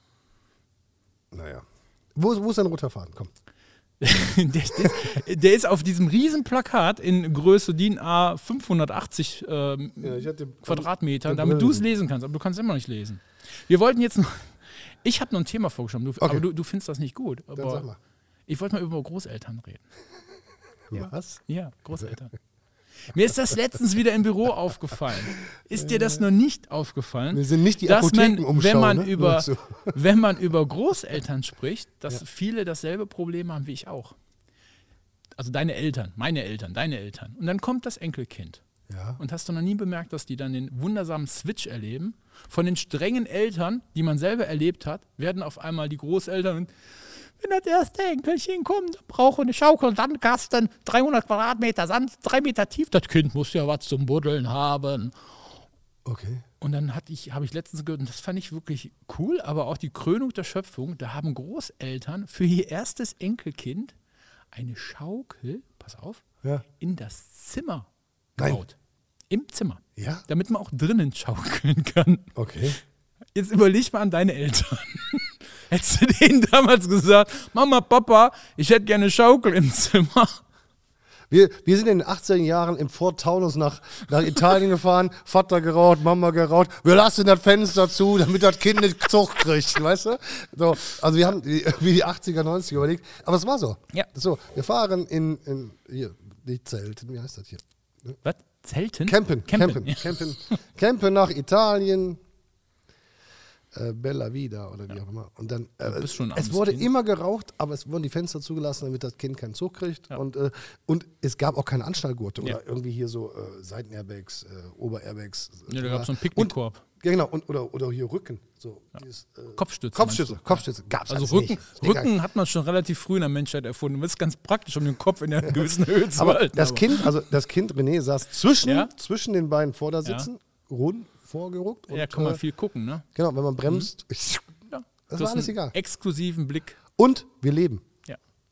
Naja. Wo, ist- wo ist dein roter Faden? Komm. der, der, der ist auf diesem riesen Plakat in Größe D I N A fünfhundertachtzig ähm, Ja, ich hatte- Quadratmeter, den damit Brillen. du es lesen kannst, aber du kannst immer noch nicht lesen. Wir wollten jetzt noch, ich habe noch ein Thema vorgeschlagen, du, Okay. aber du, du findest das nicht gut. Dann Aber sag mal. ich wollte mal über Großeltern reden. Was? Ja, Großeltern. Mir ist das letztens wieder im Büro aufgefallen. Ist dir das noch nicht aufgefallen? Wir sind nicht die dass man, Apothekenumschau, wenn man ne? über, Nur so. wenn man über Großeltern spricht, dass viele dasselbe Problem haben wie ich auch. Also deine Eltern, meine Eltern, deine Eltern. Und dann kommt das Enkelkind. Ja. Und hast du noch nie bemerkt, dass die dann den wundersamen Switch erleben? Von den strengen Eltern, die man selber erlebt hat, werden auf einmal die Großeltern und wenn das erste Enkelchen kommt, dann brauche eine Schaukel, Sandkasten, dreihundert Quadratmeter Sand, drei Meter tief. Das Kind muss ja was zum Buddeln haben. Okay. Und dann hatte ich, habe ich letztens gehört, und das fand ich wirklich cool, aber auch die Krönung der Schöpfung, da haben Großeltern für ihr erstes Enkelkind eine Schaukel, pass auf, Ja. in das Zimmer Nein. gebaut. Im Zimmer. Ja? Damit man auch drinnen schaukeln kann. Okay. Jetzt überleg mal an deine Eltern. Hättest du denen damals gesagt, Mama, Papa, ich hätte gerne eine Schaukel im Zimmer. Wir, wir sind in den achtziger Jahren im Ford Taunus nach, nach Italien gefahren, Vater geraucht, Mama geraucht. Wir lassen das Fenster zu, damit das Kind nicht Zug kriegt, weißt du? So, also wir haben die- irgendwie die achtziger, neunziger überlegt. Aber es war so. Ja. So, wir fahren in, in hier, nicht Zelten, wie heißt das hier? Was? Zelten? Campen, Campen. campen, Ja. campen, campen nach Italien, äh, Bella Vida oder wie auch immer. Und dann, äh, bist schon ein es armes wurde Kind. immer geraucht, aber es wurden die Fenster zugelassen, damit das Kind keinen Zug kriegt. Und, äh, und es gab auch keine Anschnallgurte Ja. oder irgendwie hier so äh, Seitenairbags, äh, Oberairbags. Ja, da gab es so einen Und- Picknickkorb. Ja, genau, und, oder, oder hier Rücken. So, dieses, äh, Kopfstütze. Kopfstütze, meinst du? Kopfstütze. Gab's Also alles Rücken, nicht. Ist egal. Rücken hat man schon relativ früh in der Menschheit erfunden. Das ist ganz praktisch, um den Kopf in einer gewissen Höhe zu Aber halten. das Kind, also das Kind René saß zwischen, Ja. zwischen den beiden Vordersitzen, rund vorgeruckt. Ja, und, kann man äh, viel gucken, ne? Genau, wenn man bremst. Ja. Das Du war hast alles einen egal. Exklusiven Blick. Und wir leben. Ja.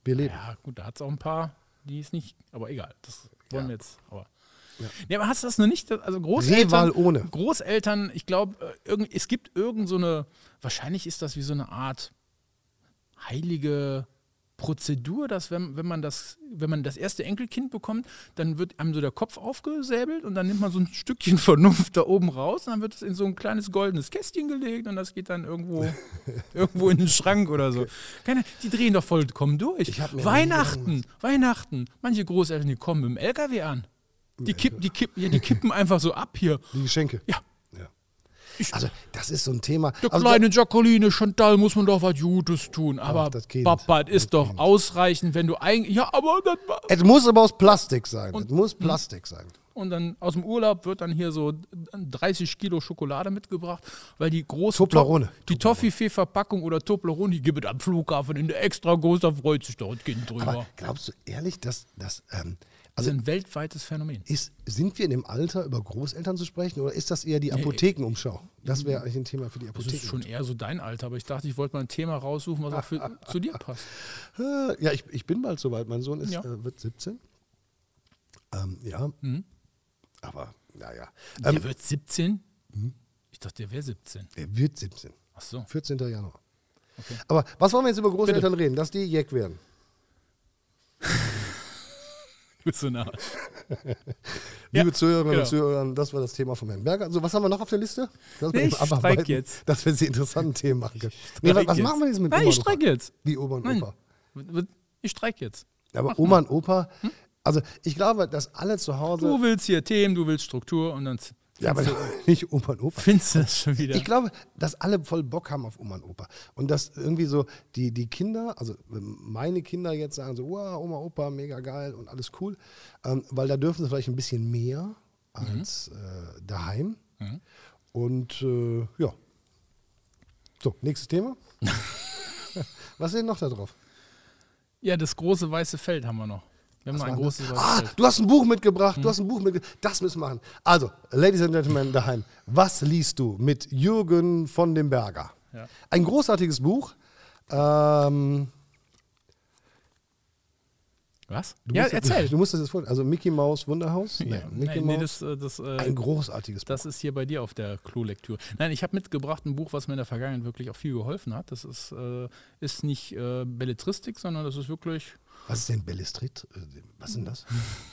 Wir leben. Ja, gut, da hat es auch ein paar, die es nicht, aber egal, das wollen Ja. wir jetzt, aber. Ja. Nee, aber hast du das noch nicht, also Großeltern, Rehwahl ohne. Großeltern, ich glaube, es gibt irgend so eine, wahrscheinlich ist das wie so eine Art heilige Prozedur, dass wenn, wenn man das, wenn man das erste Enkelkind bekommt, dann wird einem so der Kopf aufgesäbelt und dann nimmt man so ein Stückchen Vernunft da oben raus und dann wird es in so ein kleines goldenes Kästchen gelegt und das geht dann irgendwo, irgendwo in den Schrank oder so. Keine, die drehen doch vollkommen durch. Ich hab mir nie Weihnachten, Weihnachten. Manche Großeltern, die kommen mit dem L K W an. Die, kipp, die, kipp, ja, die kippen einfach so ab hier. Die Geschenke. Ja. Ja. Also, das ist so ein Thema. Der Also, kleine Jacqueline Chantal muss man doch was Gutes tun. Aber das Kind. Papa, das ist Das doch Kind. ausreichend, wenn du eigentlich. Ja, aber das war. es muss aber aus Plastik sein. es muss Plastik sein. Und dann aus dem Urlaub wird dann hier so dreißig Kilo Schokolade mitgebracht, weil die große Toblerone. To- die Toffifee-Verpackung oder Toblerone, die gibt es am Flughafen in der extra groß, da freut sich doch das Kind drüber. Aber glaubst du ehrlich, dass das. Ähm, das also ist ein weltweites Phänomen. ist, sind wir in dem Alter, über Großeltern zu sprechen oder ist das eher die Apothekenumschau? Das wäre eigentlich ein Thema für die Das ist Apotheken. schon eher so dein Alter, aber ich dachte, ich wollte mal ein Thema raussuchen, was auch für, zu dir passt. Äh, Ja, ich, ich bin bald soweit. Mein Sohn ist, Ja. äh, wird siebzehn. Ähm, ja. Mhm. Aber, naja. Der Ähm, wird siebzehn? Ich dachte, der wäre siebzehn. er wird siebzehn. Ach so. vierzehnten Januar. Aber was wollen wir jetzt über Großeltern reden? Dass die Jack werden. Du bist so nah. Liebe Zuhörerinnen genau. und Zuhörer, das war das Thema von Herrn Berger. Also, was haben wir noch auf der Liste? Dass wir Nee, eben ich abarbeiten, streik jetzt. Dass wir die interessanten Themen machen können. Nee, was, was jetzt. machen wir jetzt mit Nein, Oma ich und Opa? streik jetzt. Wie Oma und Nein. Opa. Ich streik jetzt. Aber Oma und Opa, also ich glaube, dass alle zu Hause. Du willst hier Themen, du willst Struktur und dann ja, aber nicht Oma und Opa. findest du das schon wieder. Ich glaube, dass alle voll Bock haben auf Oma und Opa. Und dass irgendwie so die, die Kinder, also meine Kinder jetzt sagen so, wow, Oma, Opa, mega geil und alles cool. Ähm, weil da dürfen sie vielleicht ein bisschen mehr als äh, daheim. Mhm. Und äh, ja. So, nächstes Thema. Was ist denn noch da drauf? Ja, das große weiße Feld haben wir noch. Wir haben noch ein großes weißes Ah, Feld. du hast ein Buch mitgebracht, du hast ein Buch mitgebracht. Das müssen wir machen. Also, Ladies and Gentlemen daheim, was liest du mit Jürgen von dem Berger? Ja. Ein großartiges Buch. Ähm, Was? du Ja, musst, erzähl. Du musst das jetzt vorstellen. Also Mickey Maus Wunderhaus? Ja, Nein, Mickey nein, nee, Maus. das, äh, das, äh, Ein großartiges Buch. das ist hier bei dir auf der Klolektüre. Nein, ich habe mitgebracht ein Buch, was mir in der Vergangenheit wirklich auch viel geholfen hat. Das ist, äh, ist nicht äh, Belletristik, sondern das ist wirklich Was ist denn Bellistrit? Was ist denn das?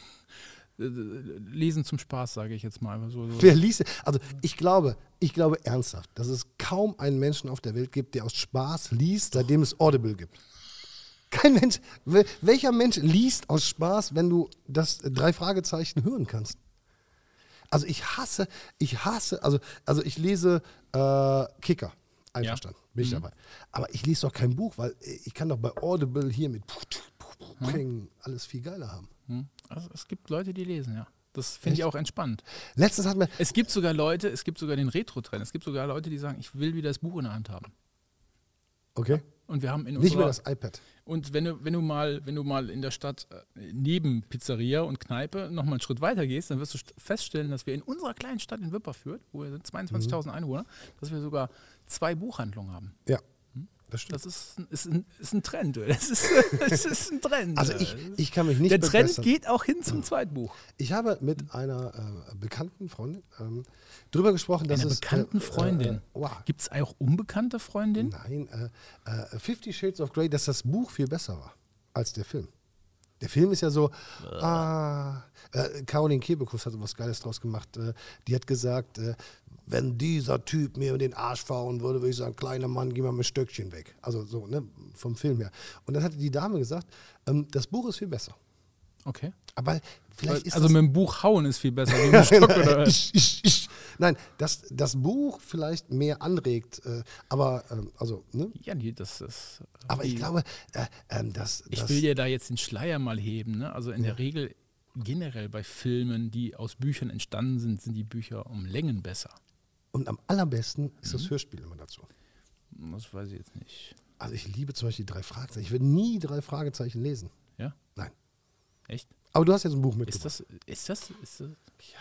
äh, Lesen zum Spaß, sage ich jetzt mal. So, so. Wer liest? Also ich glaube, ich glaube ernsthaft, dass es kaum einen Menschen auf der Welt gibt, der aus Spaß liest, seitdem es Audible gibt. Kein Mensch. Wel- Welcher Mensch liest aus Spaß, wenn du das drei Fragezeichen hören kannst? Also ich hasse, ich hasse, also, also ich lese äh, Kicker. Einverstanden, bin ich dabei. Aber ich lese doch kein Buch, weil ich kann doch bei Audible hier mit Ping alles viel geiler haben. Hm? Also, es gibt Leute, die lesen, ja. Das finde ich auch entspannt. Letztens hat mir, Es gibt sogar Leute, es gibt sogar den Retro-Trend. Es gibt sogar Leute, die sagen, ich will wieder das Buch in der Hand haben. okay, Und wir haben in nicht mehr unserer, das iPad. Und wenn du, wenn du mal, wenn du mal in der Stadt äh, neben Pizzeria und Kneipe noch mal einen Schritt weiter gehst, dann wirst du st- feststellen, dass wir in unserer kleinen Stadt in Wipperfürth, wo wir sind zweiundzwanzigtausend Einwohner, dass wir sogar zwei Buchhandlungen haben. Ja, das stimmt. Das ist, ein- ist, ein, ist ein Trend. Das ist, das ist ein Trend. Also ich, ich kann mich nicht Der Trend begeistern. geht auch hin zum Zweitbuch. Ich habe mit einer äh, bekannten Freundin ähm, drüber gesprochen, dass Einer es... bekannten äh, Freundin. Äh, wow. Gibt es auch unbekannte Freundinnen? Nein, äh, äh, Fifty Shades of Grey, dass das Buch viel besser war als der Film. Der Film ist ja so, ah, äh, Caroline Kebekus hat was Geiles draus gemacht. Äh, die hat gesagt, äh, wenn dieser Typ mir in den Arsch fahren würde, würde ich sagen, kleiner Mann, geh mal mit Stöckchen weg. Also so, ne, vom Film her. Und dann hatte die Dame gesagt, ähm, das Buch ist viel besser. Okay. Aber vielleicht ist Also das... mit dem Buch hauen ist viel besser. Wie mit dem Stock, oder? ich, ich, ich. Nein, dass das Buch vielleicht mehr anregt, äh, aber ähm, also, ne? Ja, nee, das ist. äh, Aber ich die- glaube, äh, ähm, dass Ich das, will dir da jetzt den Schleier mal heben. Ne? Also in der Regel, generell bei Filmen, die aus Büchern entstanden sind, sind die Bücher um Längen besser. und am allerbesten ist Mhm. das Hörspiel immer dazu. Das weiß ich jetzt nicht. Also ich liebe zum Beispiel die drei Fragezeichen. Ich würde nie drei Fragezeichen lesen. Ja? Nein. Echt? Aber du hast jetzt ein Buch Ist mitgebracht. das, ist das, ist das?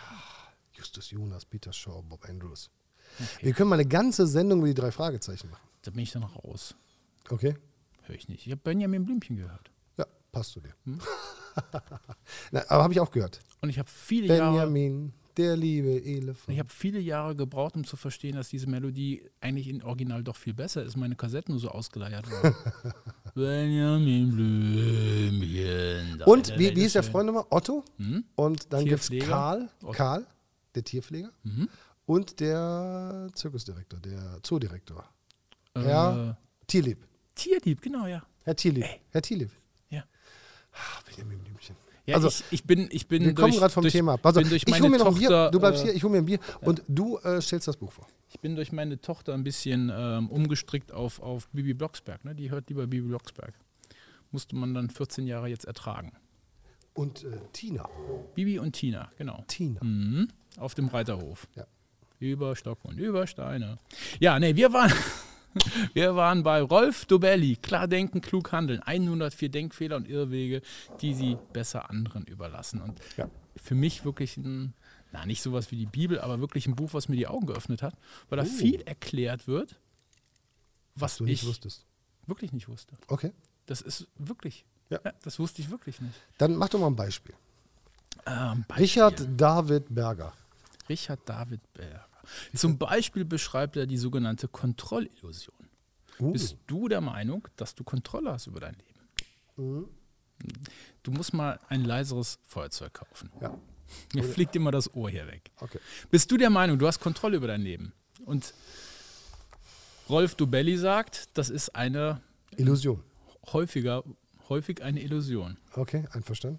Justus Jonas, Peter Shaw, Bob Andrews. Wir können mal eine ganze Sendung über die drei Fragezeichen machen. Da bin ich dann raus. Okay? Höre ich nicht. Ich habe Benjamin Blümchen gehört. Ja. passt zu dir. Hm? Na, aber habe ich auch gehört. Und ich habe viele Jahre... Benjamin, der liebe Elefant. Ich habe viele Jahre gebraucht, um zu verstehen, dass diese Melodie eigentlich im Original doch viel besser ist. Meine Kassetten nur so ausgeleiert wurden. Benjamin Blümchen. Und wie, wie ist der Freund nochmal? Otto. Hm? Und dann gibt es Tierpfleger. Karl, Otto. Karl, der Tierpfleger. Mhm. Und der Zirkusdirektor, der Zoodirektor. Äh, Herr Tierlieb. Tierlieb, genau, ja. Herr Tierlieb. Ey. Herr Tierlieb. Ja. Ah, Benjamin Blümchen. Ja, Also, ich, ich bin, ich bin Wir kommen durch, gerade vom durch, Thema ab. Also, bin durch ich meine hole mir noch ein Tochter, Bier, du bleibst äh, hier, ich hole mir ein Bier und du äh, stellst das Buch vor. Ich bin durch meine Tochter ein bisschen ähm, umgestrickt auf, auf Bibi Blocksberg. Ne? Die hört lieber Bibi Blocksberg. Musste man dann vierzehn Jahre jetzt ertragen. Und äh, Tina. Bibi und Tina, genau. Tina. Mhm. Auf dem Reiterhof. Ja. Über Stock und über Steine. Ja, nee, wir waren, wir waren bei Rolf Dobelli. Klar denken, klug handeln. hundertvier Denkfehler und Irrwege, die sie besser anderen überlassen. Und Ja. für mich wirklich ein, na nicht sowas wie die Bibel, aber wirklich ein Buch, was mir die Augen geöffnet hat, weil da Oh. viel erklärt wird, was, Was du nicht ich wusstest. wirklich nicht wusste. Okay. Das ist wirklich, Ja. ja, das wusste ich wirklich nicht. Dann mach doch mal ein Beispiel. Ähm, Beispiel. Richard David Berger. Richard David Berger. Zum Beispiel beschreibt er die sogenannte Kontrollillusion. Uh. Bist du der Meinung, dass du Kontrolle hast über dein Leben? Du musst mal ein leiseres Feuerzeug kaufen. Ja. Mir fliegt immer das Ohr hier weg. Okay. Bist du der Meinung, du hast Kontrolle über dein Leben? Und Rolf Dobelli sagt, das ist eine Illusion. häufiger, häufig eine Illusion. Okay, einverstanden.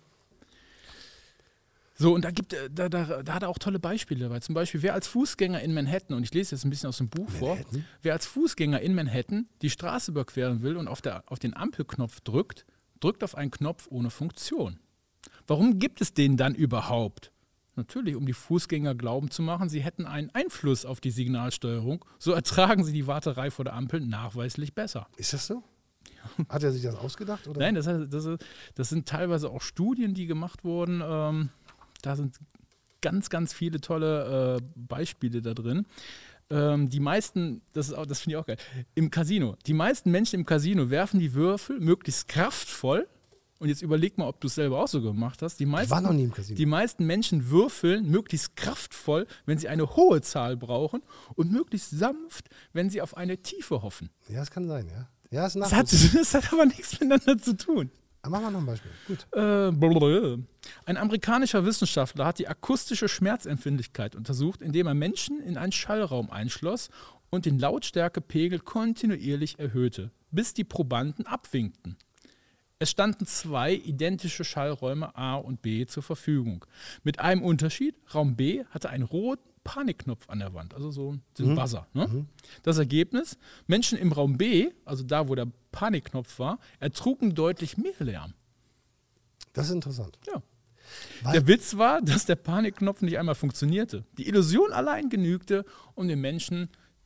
So, und da gibt er- da, da, da hat er auch tolle Beispiele dabei. Zum Beispiel, wer als Fußgänger in Manhattan, und ich lese jetzt ein bisschen aus dem Buch vor, Manhattan? wer als Fußgänger in Manhattan die Straße überqueren will und auf, der, auf den Ampelknopf drückt, drückt auf einen Knopf ohne Funktion. Warum gibt es den dann überhaupt? Natürlich, um die Fußgänger glauben zu machen, sie hätten einen Einfluss auf die Signalsteuerung. So ertragen sie die Warterei vor der Ampel nachweislich besser. Ist das so? Hat er sich das ausgedacht? Oder? Nein, das, das, das sind teilweise auch Studien, die gemacht wurden. Ähm, da sind ganz, ganz viele tolle äh, Beispiele da drin. Ähm, die meisten, das, ist auch- das finde ich auch geil, im Casino, die meisten Menschen im Casino werfen die Würfel möglichst kraftvoll. Und jetzt überleg mal, ob du es selber auch so gemacht hast. Die meisten, war noch nie im Casino. Die meisten Menschen würfeln möglichst kraftvoll, wenn sie eine hohe Zahl brauchen und möglichst sanft, wenn sie auf eine Tiefe hoffen. Ja, das kann sein, ja. Ja, ist Das hat, nachvollziehbar. das hat aber nichts miteinander zu tun. Aber Machen wir noch ein Beispiel. Gut. Äh, blablabla. Ein amerikanischer Wissenschaftler hat die akustische Schmerzempfindlichkeit untersucht, indem er Menschen in einen Schallraum einschloss und den Lautstärkepegel kontinuierlich erhöhte, bis die Probanden abwinkten. Es standen zwei identische Schallräume A und B zur Verfügung. Mit einem Unterschied, Raum B hatte einen roten Panikknopf an der Wand, also so ein Buzzer. Ne? Das Ergebnis, Menschen im Raum B, also da, wo der Panikknopf war, ertrugen deutlich mehr Lärm. Das ist interessant. Ja. Weil- Der Witz war, dass der Panikknopf nicht einmal funktionierte. Die Illusion allein genügte, um den Menschen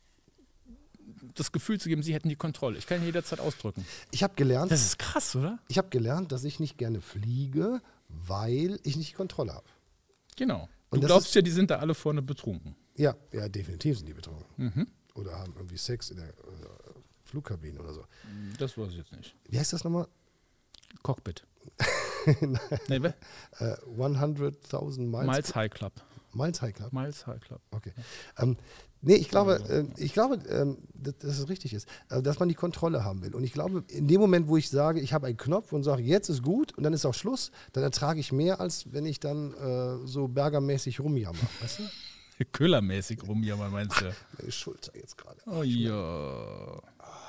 das Gefühl zu geben, sie hätten die Kontrolle. Ich kann ihn jederzeit ausdrücken. Ich habe gelernt, Das ist krass, oder? ich habe gelernt, dass ich nicht gerne fliege, weil ich nicht Kontrolle habe. Genau. Und Du das glaubst ist- ja, die sind da alle vorne betrunken. Ja, ja, definitiv sind die betrogen. Mhm. Oder haben irgendwie Sex in der äh, Flugkabine oder so. Das weiß ich jetzt nicht. Wie heißt das nochmal? Cockpit. nee, we- Äh, hunderttausend Miles, Miles High Club. Miles High Club. Miles High Club. Okay. Ähm, nee, ich glaube, äh, ich glaube ähm, dass, dass es richtig ist, äh, dass man die Kontrolle haben will. Und ich glaube, in dem Moment, wo ich sage, ich habe einen Knopf und sage, jetzt ist gut und dann ist auch Schluss, dann ertrage ich mehr, als wenn ich dann äh, so bergermäßig rumjammer. Weißt du? Köhlermäßig rum, ja, mal meinst du. Meine Schulter jetzt gerade. Oh ja.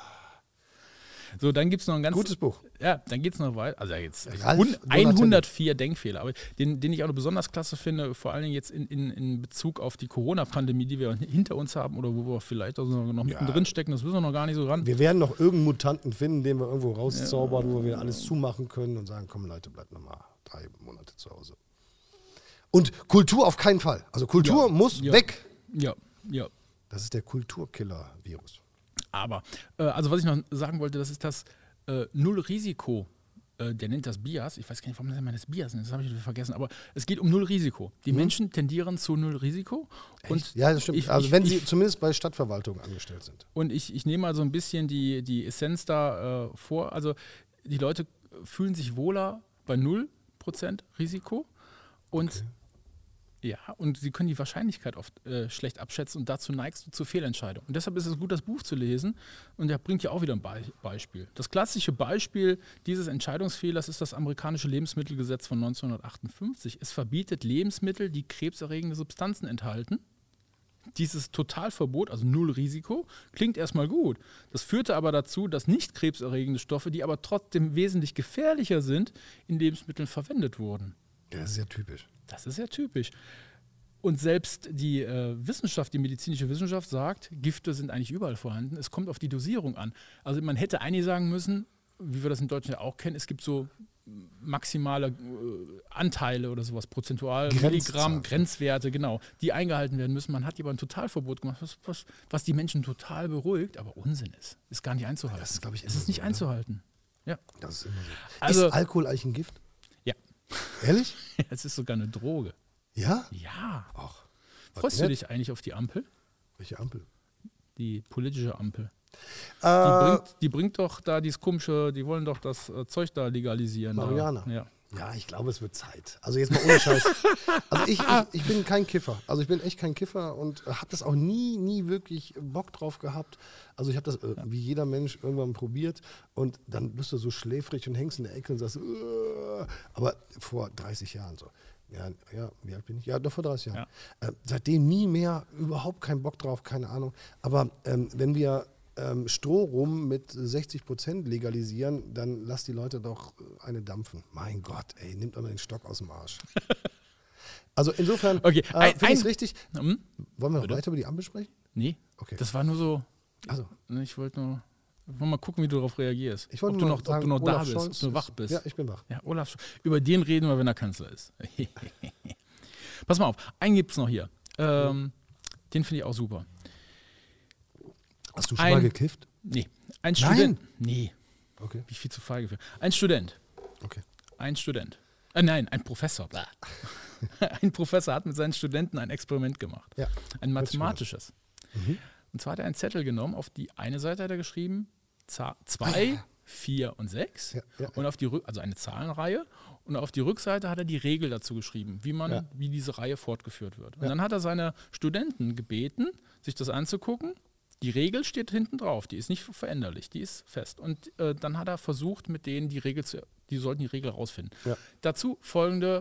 So, dann gibt es noch ein ganz. Gutes Buch. Ja, dann geht es noch weiter. Also jetzt Ralf hun- Donatello. hundertvier Denkfehler, aber den, den ich auch noch besonders klasse finde, vor allen Dingen jetzt in, in, in Bezug auf die Corona-Pandemie, die wir hinter uns haben oder wo wir vielleicht also noch mittendrin stecken, das wissen wir noch gar nicht so ran. Wir werden noch irgendeinen Mutanten finden, den wir irgendwo rauszaubern, wo wir alles zumachen können und sagen, komm Leute, bleibt nochmal drei Monate zu Hause. Und Kultur auf keinen Fall. Also Kultur Ja, muss ja. weg. Ja, ja. Das ist der Kulturkiller-Virus. Aber, äh, also was ich noch sagen wollte, das ist das äh, Null-Risiko. Äh, der nennt das Bias. Ich weiß gar nicht, warum nennt man das Bias nennt. Das habe ich wieder vergessen. Aber es geht um Null-Risiko. Die Menschen tendieren zu Null-Risiko. Und Ja, das stimmt. ich- also ich- wenn ich- sie zumindest bei Stadtverwaltungen angestellt sind. Und ich, ich nehme mal so ein bisschen die, die Essenz da äh, vor. Also die Leute fühlen sich wohler bei null Prozent Risiko und Okay. ja, und sie können die Wahrscheinlichkeit oft äh, schlecht abschätzen und dazu neigst du zu Fehlentscheidungen. Und deshalb ist es gut, das Buch zu lesen. Und er bringt ja auch wieder ein Be- Beispiel. Das klassische Beispiel dieses Entscheidungsfehlers ist das amerikanische Lebensmittelgesetz von neunzehnhundertachtundfünfzig. Es verbietet Lebensmittel, die krebserregende Substanzen enthalten. Dieses Totalverbot, also Null Risiko, klingt erstmal gut. Das führte aber dazu, dass nicht krebserregende Stoffe, die aber trotzdem wesentlich gefährlicher sind, in Lebensmitteln verwendet wurden. Ja, das ist ja typisch. Das ist ja typisch. Und selbst die äh, Wissenschaft, die medizinische Wissenschaft sagt, Gifte sind eigentlich überall vorhanden. Es kommt auf die Dosierung an. Also man hätte eigentlich sagen müssen, wie wir das in Deutschland ja auch kennen, es gibt so maximale äh, Anteile oder sowas, prozentual, Grenzzahl. Milligramm, Grenzwerte, genau, die eingehalten werden müssen. Man hat hier aber ein Totalverbot gemacht, was, was, was die Menschen total beruhigt, aber Unsinn ist. Ist gar nicht einzuhalten. Das ist, glaub ich, es immer ist nicht so, ne? einzuhalten. Ja. Das ist immer so. Also- ist Alkohol eigentlich ein Gift? Ja. Ehrlich? Es ist sogar eine Droge. Ja? Ja. Ach. Freust du dich eigentlich auf die Ampel? Welche Ampel? Die politische Ampel. Die, Äh, bringt, die bringt doch da dieses komische, die wollen doch das äh, Zeug da legalisieren. Marihuana. Da. Ja. Ja, ich glaube, es wird Zeit. Also jetzt mal ohne Scheiß. Also ich, ich, ich bin kein Kiffer. Also ich bin echt kein Kiffer und habe das auch nie, nie wirklich Bock drauf gehabt. Also ich habe das äh, wie jeder Mensch irgendwann probiert und dann bist du so schläfrig und hängst in der Ecke und sagst, "Uah." Aber vor dreißig Jahren so. Ja, ja, wie alt bin ich? Ja, doch vor dreißig Jahren. Äh, seitdem nie mehr, überhaupt keinen Bock drauf, keine Ahnung. Aber ähm, wenn wir ähm, Strohrum mit sechzig Prozent legalisieren, dann lass die Leute doch eine dampfen. Mein Gott, ey, nimmt doch mal den Stock aus dem Arsch. Also insofern, Okay, äh, ein- finde ich es ein- richtig. Hm? Wollen wir noch Bitte? weiter über die Ampel sprechen? Nee, Okay. das war nur so, Also, ne, ich wollte nur, ich wollte mal gucken, wie du darauf reagierst. ich wollte ob du nur noch, sagen, ob du noch da Olaf bist, Scholz ob du wach ist- bist. Ja, ich bin wach. Ja, Olaf Scholz. Über den reden wir, wenn er Kanzler ist. Pass mal auf, einen gibt es noch hier. Ähm, den finde ich auch super. Hast du schon Ein- mal gekifft? Nee, ein Nein? Student. Nee, Okay, bin ich viel zu feige für. Ein Student. okay. Ein Student. Äh, nein, ein Professor. Blah. Ein Professor hat mit seinen Studenten ein Experiment gemacht. Ja. Ein Hört sich gut an. mathematisches. Mhm. Und zwar hat er einen Zettel genommen, auf die eine Seite hat er geschrieben, zwei, vier und sechs. Ja, ja, Und auf die Rück also eine Zahlenreihe. Und auf die Rückseite hat er die Regel dazu geschrieben, wie man, Ja. wie diese Reihe fortgeführt wird. Und Ja. dann hat er seine Studenten gebeten, sich das anzugucken. Die Regel steht hinten drauf, die ist nicht veränderlich, die ist fest. Und äh, dann hat er versucht, mit denen die Regel zu, die sollten die Regel rausfinden. Ja. Dazu folgende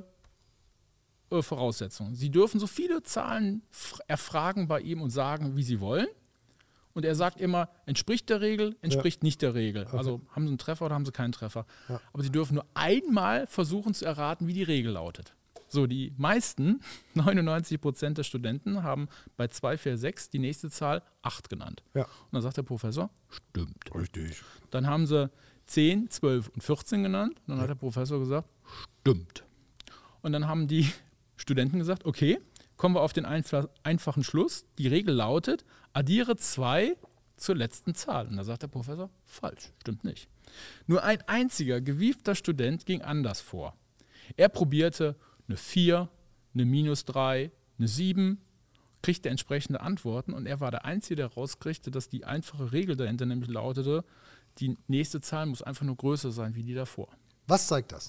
äh, Voraussetzungen. Sie dürfen so viele Zahlen f- erfragen bei ihm und sagen, wie sie wollen. Und er sagt immer, entspricht der Regel, entspricht nicht der Regel. Also haben sie einen Treffer oder haben sie keinen Treffer. Ja. Aber sie dürfen nur einmal versuchen zu erraten, wie die Regel lautet. So, die meisten, neunundneunzig Prozent der Studenten, haben bei zwei, vier, sechs die nächste Zahl acht genannt. Ja. Und dann sagt der Professor, stimmt. Richtig. Dann haben sie zehn, zwölf und vierzehn genannt. Und dann hat der Professor gesagt, stimmt. Und dann haben die Studenten gesagt, okay, kommen wir auf den einf- einfachen Schluss. Die Regel lautet, addiere zwei zur letzten Zahl. Und da sagt der Professor, falsch, stimmt nicht. Nur ein einziger gewiefter Student ging anders vor. Er probierte eine vier, eine minus drei, eine sieben, kriegte entsprechende Antworten und er war der Einzige, der rauskriegte, dass die einfache Regel dahinter nämlich lautete, die nächste Zahl muss einfach nur größer sein wie die davor. Was zeigt das?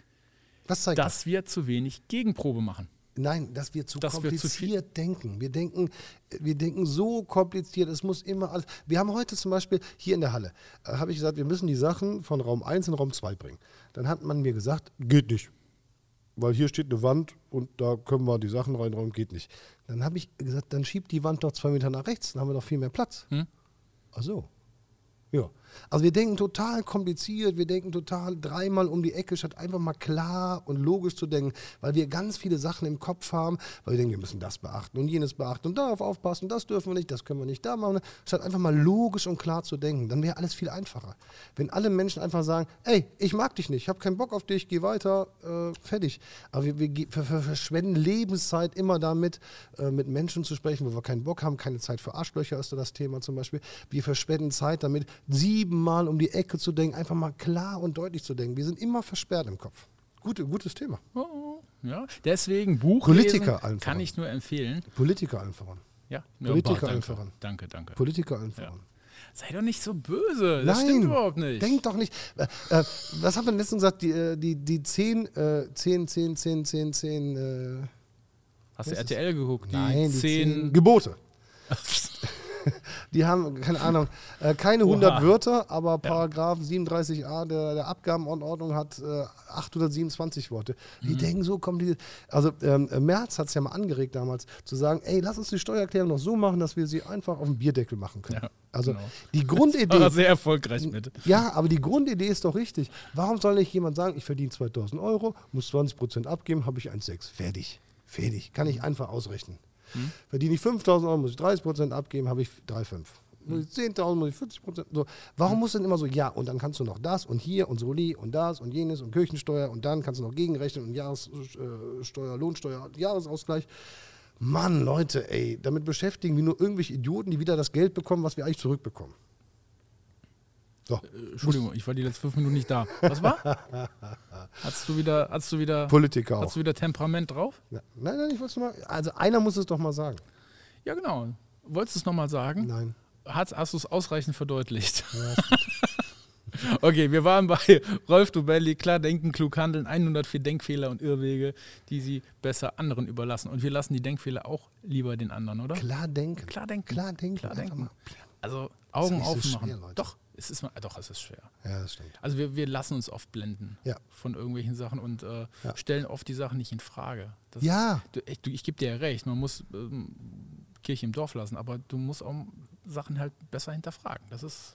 Was zeigt das? Dass wir zu wenig Gegenprobe machen. Nein, dass wir zu Dass wir zu kompliziert viel- denken. Wir denken, wir denken so kompliziert, es muss immer alles. Wir haben heute zum Beispiel hier in der Halle, äh, habe ich gesagt, wir müssen die Sachen von Raum eins in Raum zwei bringen. Dann hat man mir gesagt, geht nicht. Weil hier steht eine Wand und da können wir die Sachen reinräumen, geht nicht. Dann habe ich gesagt, dann schiebt die Wand doch zwei Meter nach rechts, dann haben wir doch viel mehr Platz. Hm? Ach so. Ja. Also wir denken total kompliziert, wir denken total dreimal um die Ecke, statt einfach mal klar und logisch zu denken, weil wir ganz viele Sachen im Kopf haben, weil wir denken, wir müssen das beachten und jenes beachten und darauf aufpassen, das dürfen wir nicht, das können wir nicht da machen, statt einfach mal logisch und klar zu denken, dann wäre alles viel einfacher. Wenn alle Menschen einfach sagen, ey, ich mag dich nicht, ich habe keinen Bock auf dich, geh weiter, äh, fertig. Aber wir, wir, ge- ver- ver- verschwenden Lebenszeit immer damit, äh, mit Menschen zu sprechen, wo wir keinen Bock haben, keine Zeit für Arschlöcher ist da das Thema zum Beispiel. Wir verschwenden Zeit damit, siebenmal um die Ecke zu denken, einfach mal klar und deutlich zu denken. Wir sind immer versperrt im Kopf. Gute, gutes Thema. Oh, ja. Deswegen Buch Politiker lesen allen kann voran. ich nur empfehlen. Politiker allen voran. Ja, Politiker ja, allen danke, voran. danke, danke. Politiker allen Ja. voran. Sei doch nicht so böse. Das stimmt überhaupt nicht. Denk doch nicht. Äh, äh, was haben wir letztens gesagt? Die, äh, die, die zehn, äh, zehn, zehn, zehn, zehn, zehn. Äh, Hast du R T L geguckt? Die nein, die zehn, zehn Gebote. Die haben, keine Ahnung, äh, keine hundert Oha. Wörter, aber Paragraph siebenunddreißig a der, der Abgabenordnung hat äh, achthundertsiebenundzwanzig Worte. Die Mhm. denken so, kommen die. Also ähm, Merz hat es ja mal angeregt damals, zu sagen, ey, lass uns die Steuererklärung noch so machen, dass wir sie einfach auf den Bierdeckel machen können. Ja, also genau. die War Grundidee. er sehr erfolgreich mit. Ja, aber die Grundidee ist doch richtig. Warum soll nicht jemand sagen, ich verdiene zweitausend Euro, muss zwanzig Prozent abgeben, habe ich eins Komma sechs. Fertig. Fertig. Kann ich einfach ausrechnen. Hm? Verdiene ich fünftausend Euro, muss ich dreißig Prozent abgeben, habe ich drei Komma fünf. Muss ich zehntausend, muss ich vierzig Prozent. So. Warum muss denn immer so, ja, und dann kannst du noch das und hier und Soli und das und jenes und Kirchensteuer und dann kannst du noch gegenrechnen und Jahressteuer, Lohnsteuer, Jahresausgleich. Mann, Leute, ey, damit beschäftigen wir nur irgendwelche Idioten, die wieder das Geld bekommen, was wir eigentlich zurückbekommen. So. Äh, Entschuldigung, ich war die letzten fünf Minuten nicht da. Was war? Hast du wieder, hast du wieder, Politiker auch. hast du wieder Temperament drauf? Ja. Nein, nein, ich wollte es mal. Also einer muss es doch mal sagen. Ja, genau. Wolltest du es nochmal sagen? Nein. Hast, hast du es ausreichend verdeutlicht? Ja, ist gut. Okay, wir waren bei Rolf Dobelli. Klar denken, klug handeln. hundertvier Denkfehler und Irrwege, die sie besser anderen überlassen. Und wir lassen die Denkfehler auch lieber den anderen, oder? Klar denken. Klar denken. Klar denken. Klar Einfach denken. mal. Also Augen nicht so aufmachen. schwer, Leute. Doch, es ist, mal- doch, es ist schwer. Ja, das stimmt. Also wir, wir lassen uns oft blenden Ja. von irgendwelchen Sachen und äh, Ja. stellen oft die Sachen nicht in Frage. Das Ja. Du, ich, du, ich gebe dir ja recht, man muss ähm, Kirche im Dorf lassen, aber du musst auch Sachen halt besser hinterfragen. Das ist,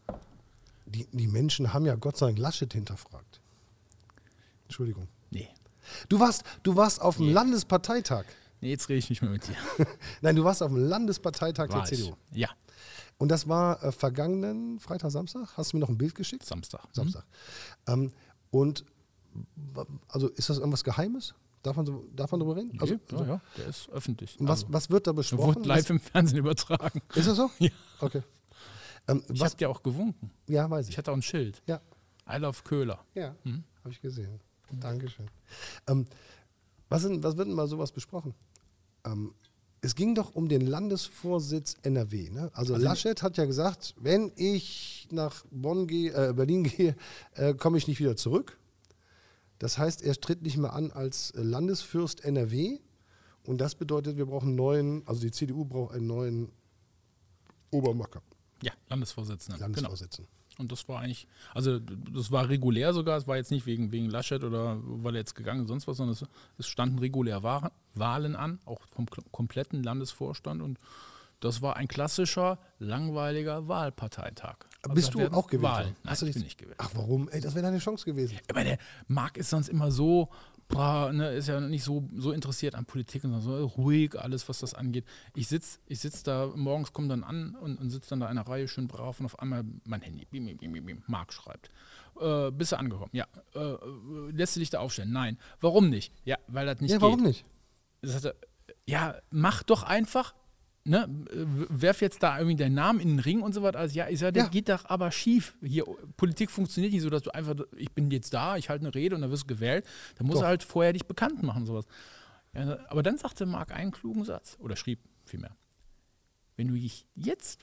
Die, die Menschen haben ja Gott sei Dank Laschet hinterfragt. Entschuldigung. nee. Du warst, du warst auf dem Nee. Landesparteitag. Nee, jetzt rede ich nicht mehr mit dir. Nein, du warst auf dem Landesparteitag War der C D U. ich. Ja, Und das war äh, vergangenen Freitag, Samstag. Hast du mir noch ein Bild geschickt? Samstag. Samstag. Ähm, und w- also ist das irgendwas Geheimes? Darf man, so, darf man darüber reden? Mhm. Also, ja, ja, ja, der ist öffentlich. Und was, Also, was wird da der besprochen? wurde live im Fernsehen übertragen. Was, ist das so? Ja. Okay. Ähm, Ich was, habe dir auch gewunken. ja, weiß ich. Ich hatte auch ein Schild. Ja, I love Köhler. ja Mhm. habe ich gesehen. Dankeschön. Ähm, was, sind, was wird denn mal sowas besprochen? Ähm, es ging doch um den Landesvorsitz N R W. Ne? Also, Also- Laschet hat ja gesagt, wenn ich nach Bonn gehe, äh, Berlin gehe, äh, komme ich nicht wieder zurück. Das heißt, er tritt nicht mehr an als äh, Landesfürst N R W. Und das bedeutet, wir brauchen einen neuen, also die C D U braucht einen neuen Obermacker, Ja, Landesvorsitzender. Genau. Landesvorsitzenden. Und das war eigentlich, also das war regulär sogar, es war jetzt nicht wegen, wegen Laschet oder weil er jetzt gegangen ist, sonst was, sondern es, es standen regulär Wa- Wahlen an, auch vom kl- kompletten Landesvorstand und das war ein klassischer, langweiliger Wahlparteitag. Also Bist da du werden auch gewählt Wahlen. worden? Nein, Hast du ich dich- bin nicht gewählt. Ach, warum? Ey, das wäre deine Chance gewesen. Aber der Marc ist sonst immer so, boah, ne, ist ja nicht so, so interessiert an Politik, sondern so ruhig, alles, was das angeht. Ich sitze ich sitz da, morgens komme dann an und, und sitze dann da in einer Reihe schön brav und auf einmal mein Handy, bim, bim, bim, bim, bim, Marc schreibt. Äh, bist du angekommen? Ja. Äh, äh, lässt du dich da aufstellen? Nein. Warum nicht? Ja, weil das nicht Ja, geht. warum nicht? Das hat er, ja, mach doch einfach, ne, w- werf jetzt da irgendwie deinen Namen in den Ring und so was. Also, ja, ich sage, das Ja. geht doch aber schief. Hier, Politik funktioniert nicht so, dass du einfach, ich bin jetzt da, ich halte eine Rede und dann wirst du gewählt. Da musst Doch. du halt vorher dich bekannt machen, sowas. Ja, aber dann sagte Marc einen klugen Satz, oder schrieb vielmehr, wenn du dich jetzt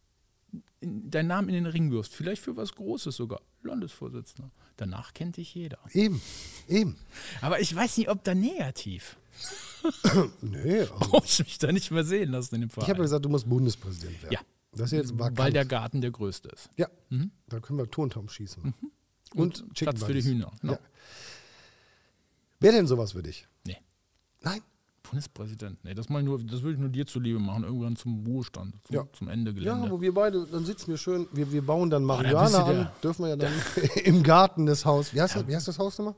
in, deinen Namen in den Ring wirfst, vielleicht für was Großes sogar, Landesvorsitzender, danach kennt dich jeder. Eben, eben. Aber ich weiß nicht, ob da negativ. Nee, also Brauche ich mich da nicht mehr sehen lassen in dem Verein. ich habe ja gesagt, du musst Bundespräsident werden. Ja. Das ist jetzt vakant. Weil der Garten der größte ist. Ja, da können wir Turmturm schießen. Und, Und Chicken Platz für die Buddies. Hühner. Genau. Ja. Wäre denn sowas für dich? Nee. Nein? Bundespräsident. Nee, das, mal nur, das will ich nur dir zuliebe machen, irgendwann zum Ruhestand, zum, Ja. zum Ende Ja, Gelände. wo wir beide, dann sitzen wir schön, wir, wir bauen dann da bist Marihuana du an, der- dürfen wir ja dann im Garten des Hauses. Wie heißt, das, wie heißt das Haus nochmal?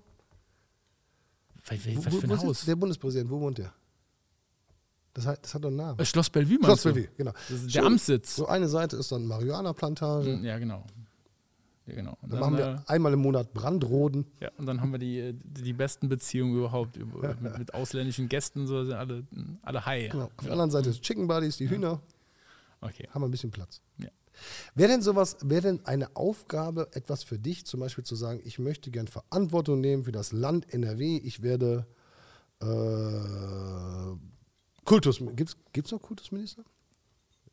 was, was, Wo- was wo- für wo ein ist Haus? Der Bundespräsident, wo wohnt der? Das hat, das hat doch einen Namen. Äh, Schloss Bellevue Schloss meinst du? Bellevue, genau. Das ist der Schön. Amtssitz. So eine Seite ist dann Marihuana-Plantage. Ja, genau. Ja, genau. Und Dann dann, machen äh, wir einmal im Monat Brandroden. ja, und dann haben wir die, die besten Beziehungen überhaupt über, mit, mit ausländischen Gästen, so sind alle, alle high. Genau. Auf der anderen Seite ist Chicken Buddies, die Hühner. Okay. Haben wir ein bisschen Platz. Ja. Wäre denn sowas, wäre denn eine Aufgabe etwas für dich, zum Beispiel zu sagen, ich möchte gern Verantwortung nehmen für das Land N R W, ich werde äh, Kultus, gibt's, gibt's noch Kultusminister?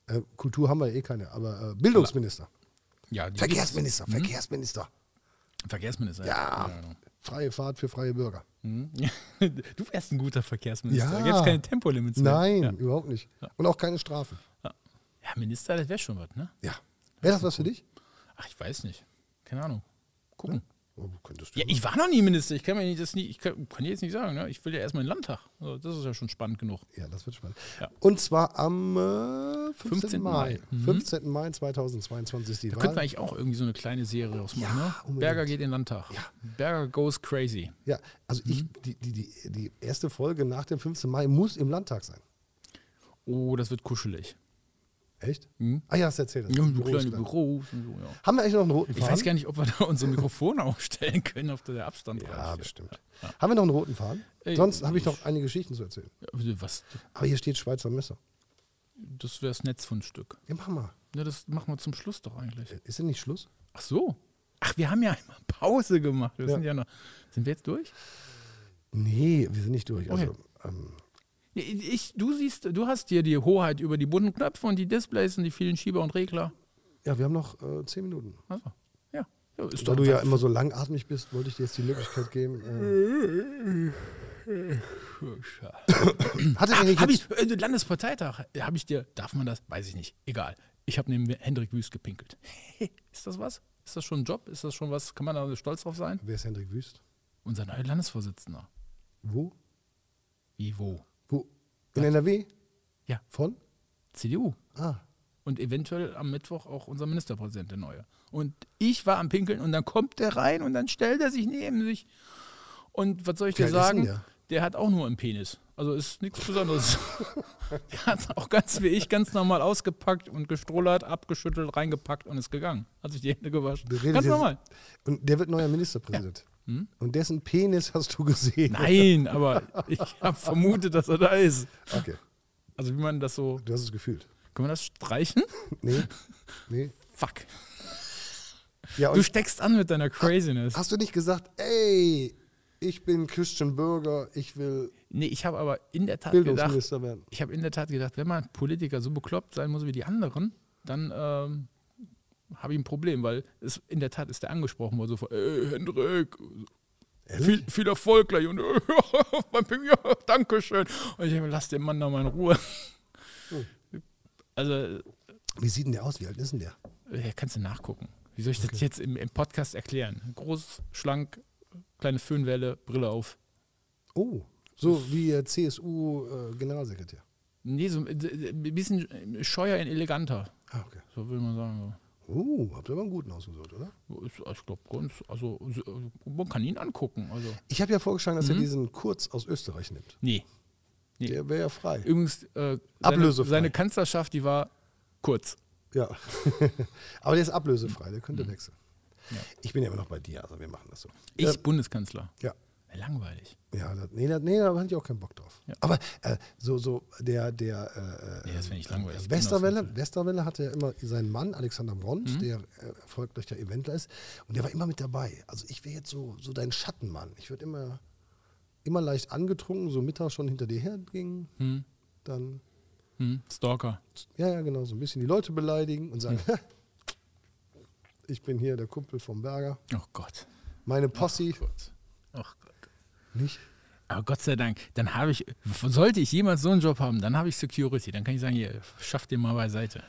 Äh, Kultur haben wir eh keine, aber äh, Bildungsminister. Ja, die Verkehrsminister, gibt's. Verkehrsminister. Hm? Verkehrsminister. Ja, genau. freie Fahrt für freie Bürger. Hm? Du wärst ein guter Verkehrsminister. Ja. Da gibt es keine Tempolimits mehr. Nein, Ja. überhaupt nicht. Und auch keine Strafen. Ja, Minister, das wäre schon was, ne? Ja. Wäre das was für dich? Ach, ich weiß nicht. Keine Ahnung. Gucken. Oh, könntest du Ja, ich war noch nie Minister. Ich kann mir nicht, das nie, ich kann, kann jetzt nicht sagen. Ne? Ich will ja erstmal in den Landtag. Also das ist ja schon spannend genug. Ja, das wird spannend. Ja. Und zwar am äh, fünfzehnten fünfzehnten Mai. Mai. Mhm. fünfzehnten Mai zweitausendzweiundzwanzig ist die Da Wahl. könnten wir eigentlich auch irgendwie so eine kleine Serie ausmachen. Ja, Ne? unbedingt. Berger geht in den Landtag. Ja. Berger goes crazy. Ja, also ich, die, die, die, die erste Folge nach dem fünfzehnten Mai muss im Landtag sein. Oh, das wird kuschelig. Echt? Mhm. Ah ja, hast du erzählt. Ja, so Büros kleine dann. Büros und so, ja. Haben wir eigentlich noch einen roten Ich Faden? weiß gar nicht, ob wir da unsere Mikrofone aufstellen können, ob da der Abstand Ja, reicht. bestimmt. Haben wir noch einen roten Faden? Ey, Sonst habe ich ich- noch einige Geschichten zu erzählen. Ja, was? Aber hier steht Schweizer Messer. Das wäre das Netzfundstück. Ja, mach mal. Ja, das machen wir zum Schluss doch eigentlich. Ist denn nicht Schluss? Ach so. Ach, wir haben ja einmal Pause gemacht. Wir Ja. sind ja noch. Sind wir jetzt durch? Nee, wir sind nicht durch. Also, Okay. ähm, Ich, du siehst, du hast hier die Hoheit über die bunten Knöpfe und die Displays und die vielen Schieber und Regler. ja, wir haben noch äh, zehn Minuten. Also, ja. ja ist Da doch du ja immer so langatmig bist, wollte ich dir jetzt die Möglichkeit geben. Äh, hatte er nicht Hab jetzt, ich, äh, Landesparteitag, habe ich dir, darf man das? Weiß ich nicht. Egal. Ich habe neben Hendrik Wüst gepinkelt. Ist das was? Ist das schon ein Job? Ist das schon was? Kann man da stolz drauf sein? wer ist Hendrik Wüst? Unser neuer Landesvorsitzender. Wo? Wie, wo? Wo? In N R W? Ja. Von? C D U. Ah. Und eventuell am Mittwoch auch unser Ministerpräsident, der neue. Und ich war am Pinkeln und dann kommt der rein und dann stellt er sich neben sich. Und was soll ich Wie dir alt ist denn sagen? der? Der hat auch nur einen Penis. Also ist nichts Besonderes. Der hat auch ganz wie ich ganz normal ausgepackt und gestrollert, abgeschüttelt, reingepackt und ist gegangen. Hat sich die Hände gewaschen. Du redest Ganz jetzt- normal. Und der wird neuer Ministerpräsident. Und dessen Penis hast du gesehen. Nein, aber ich habe vermutet, dass er da ist. Okay, Also wie man das so. du hast es gefühlt. Können wir das streichen? Nee. Nee. Fuck. Ja, Du und steckst an mit deiner Craziness. hast du nicht gesagt, ey, ich bin Christian Bürger, ich will Nee, ich habe aber in der Tat gedacht, Bildungsminister werden? ich habe in der Tat gedacht, wenn man Politiker so bekloppt sein muss wie die anderen, dann ähm, habe ich ein Problem, weil es in der Tat ist der angesprochen worden, so von, ey, Hendrik, viel, viel Erfolg gleich und ja, danke schön. Und ich habe mir, lass den Mann da mal in Ruhe. Also, Wie sieht denn der aus? Wie alt ist denn der? ja, kannst du nachgucken. Wie soll ich das jetzt im, im Podcast erklären? Groß, schlank, kleine Föhnwelle, Brille auf. Oh, so wie der C S U-Generalsekretär. Nee, so äh, ein bisschen scheuer und eleganter. Ah, okay. So will man sagen. Oh, habt ihr aber einen guten ausgesucht, oder? So. Ist, ich glaube, ganz, also so, man kann ihn angucken. Also, Ich habe ja vorgeschlagen, dass Mhm. er diesen Kurz aus Österreich nimmt. nee. Nee. Der wäre ja frei. Übrigens, äh, seine, Ablösefrei. seine Kanzlerschaft, die war kurz. Ja. Aber der ist ablösefrei, der könnte wechseln. Ja. Ich bin ja immer noch bei dir, also wir machen das so. Ich Ja, Bundeskanzler. ja. Langweilig. Ja, da, nee, da, nee, da hatte ich auch keinen Bock drauf. Ja. Aber äh, so, so der, der äh, Nee, das finde ich langweilig. äh, Westerwelle, Westerwelle hatte ja immer seinen Mann, Alexander Bront, Mhm. der äh, erfolgreicher Eventler ist, und der war immer mit dabei. Also ich wäre jetzt so, so dein Schattenmann. Ich würde immer, immer leicht angetrunken, so mittags schon hinter dir hergingen, Hm. dann, Hm. Stalker. ja, ja, genau, so ein bisschen die Leute beleidigen und sagen, ich bin hier der Kumpel vom Berger, Oh Gott. meine Posse. Oh Gott. Ach Gott. Nicht? Aber Gott sei Dank, dann habe ich, sollte ich jemals so einen Job haben, dann habe ich Security. Dann kann ich sagen, hier, schaff den mal beiseite.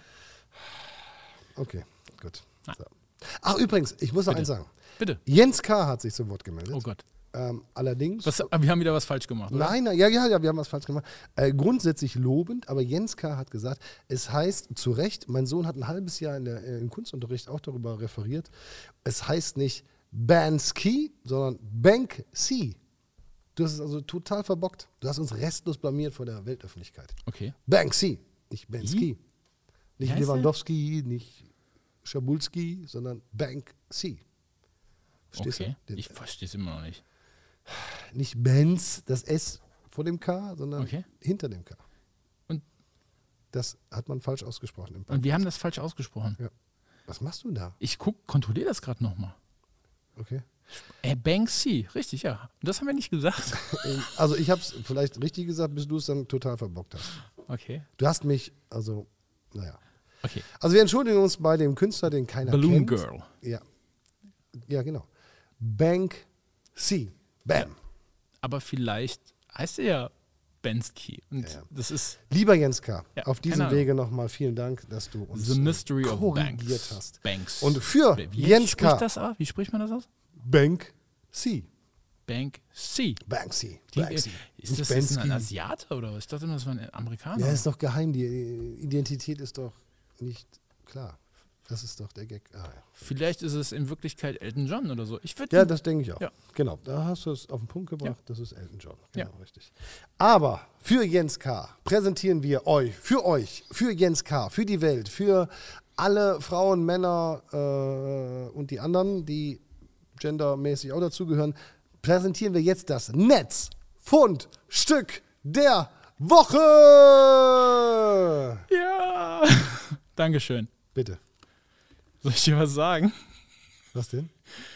Okay, gut. Ah. So. Ach, übrigens, ich muss noch Bitte. eins sagen. Bitte. Jens K. hat sich zu Wort gemeldet. Oh Gott. Ähm, allerdings. Was, aber wir haben wieder was falsch gemacht, oder? Nein, nein, ja, ja, ja, wir haben was falsch gemacht. Äh, grundsätzlich lobend, aber Jens K. hat gesagt, es heißt zu Recht, mein Sohn hat ein halbes Jahr in der, äh, im Kunstunterricht auch darüber referiert, es heißt nicht Banksy, sondern Banksy. Du hast es also total verbockt. Du hast uns restlos blamiert vor der Weltöffentlichkeit. Okay. Banksy, nicht Banksy. Nicht heißt der? Lewandowski, nicht Schabulski, sondern Banksy. Verstehst Okay. du? Den, Ich verstehe es immer noch nicht. nicht Benz, das S vor dem K, sondern Okay. hinter dem K. Und- das hat man falsch ausgesprochen im Und Podcast. wir haben das falsch ausgesprochen. Ja. Was machst du da? Ich guck, kontrolliere das gerade nochmal. Okay. Äh, Banksy, richtig, ja. Und das haben wir nicht gesagt. Ähm, Also ich habe es vielleicht richtig gesagt, bis du es dann total verbockt hast. Okay. Du hast mich, also, naja. Okay. Also wir entschuldigen uns bei dem Künstler, den keiner Balloon kennt. Girl. Ja. Ja, genau. Banksy. Bam. Aber vielleicht heißt er ja Bensky. Und Ja, ja. das ist Lieber Jens K., Ja, auf diesem keine Ahnung. Wege nochmal vielen Dank, dass du uns The Mystery äh, of korrigiert Banks. hast. Banks. Und für Wie Jens spricht K. das aus? Wie spricht man das aus? Banksy. Banksy. Banksy. Die- Banksy. Ist Nicht das jetzt ein Bansky. Asiate oder was? Ich dachte immer, das war ein Amerikaner. Ja, ist doch geheim. Die Identität ist doch nicht klar. Das ist doch der Gag. Ah, ja. Vielleicht ist es in Wirklichkeit Elton John oder so. Ich würde Ja, das denke ich auch. Ja. Genau, da hast du es auf den Punkt gebracht. Ja. Das ist Elton John. Ja. Genau, richtig. Aber für Jens K. präsentieren wir euch, für euch, für Jens K., für die Welt, für alle Frauen, Männer äh, und die anderen, die gendermäßig auch dazugehören, präsentieren wir jetzt das Netzfundstück der Woche. Ja. Dankeschön. Bitte. Soll ich dir was sagen? Was denn?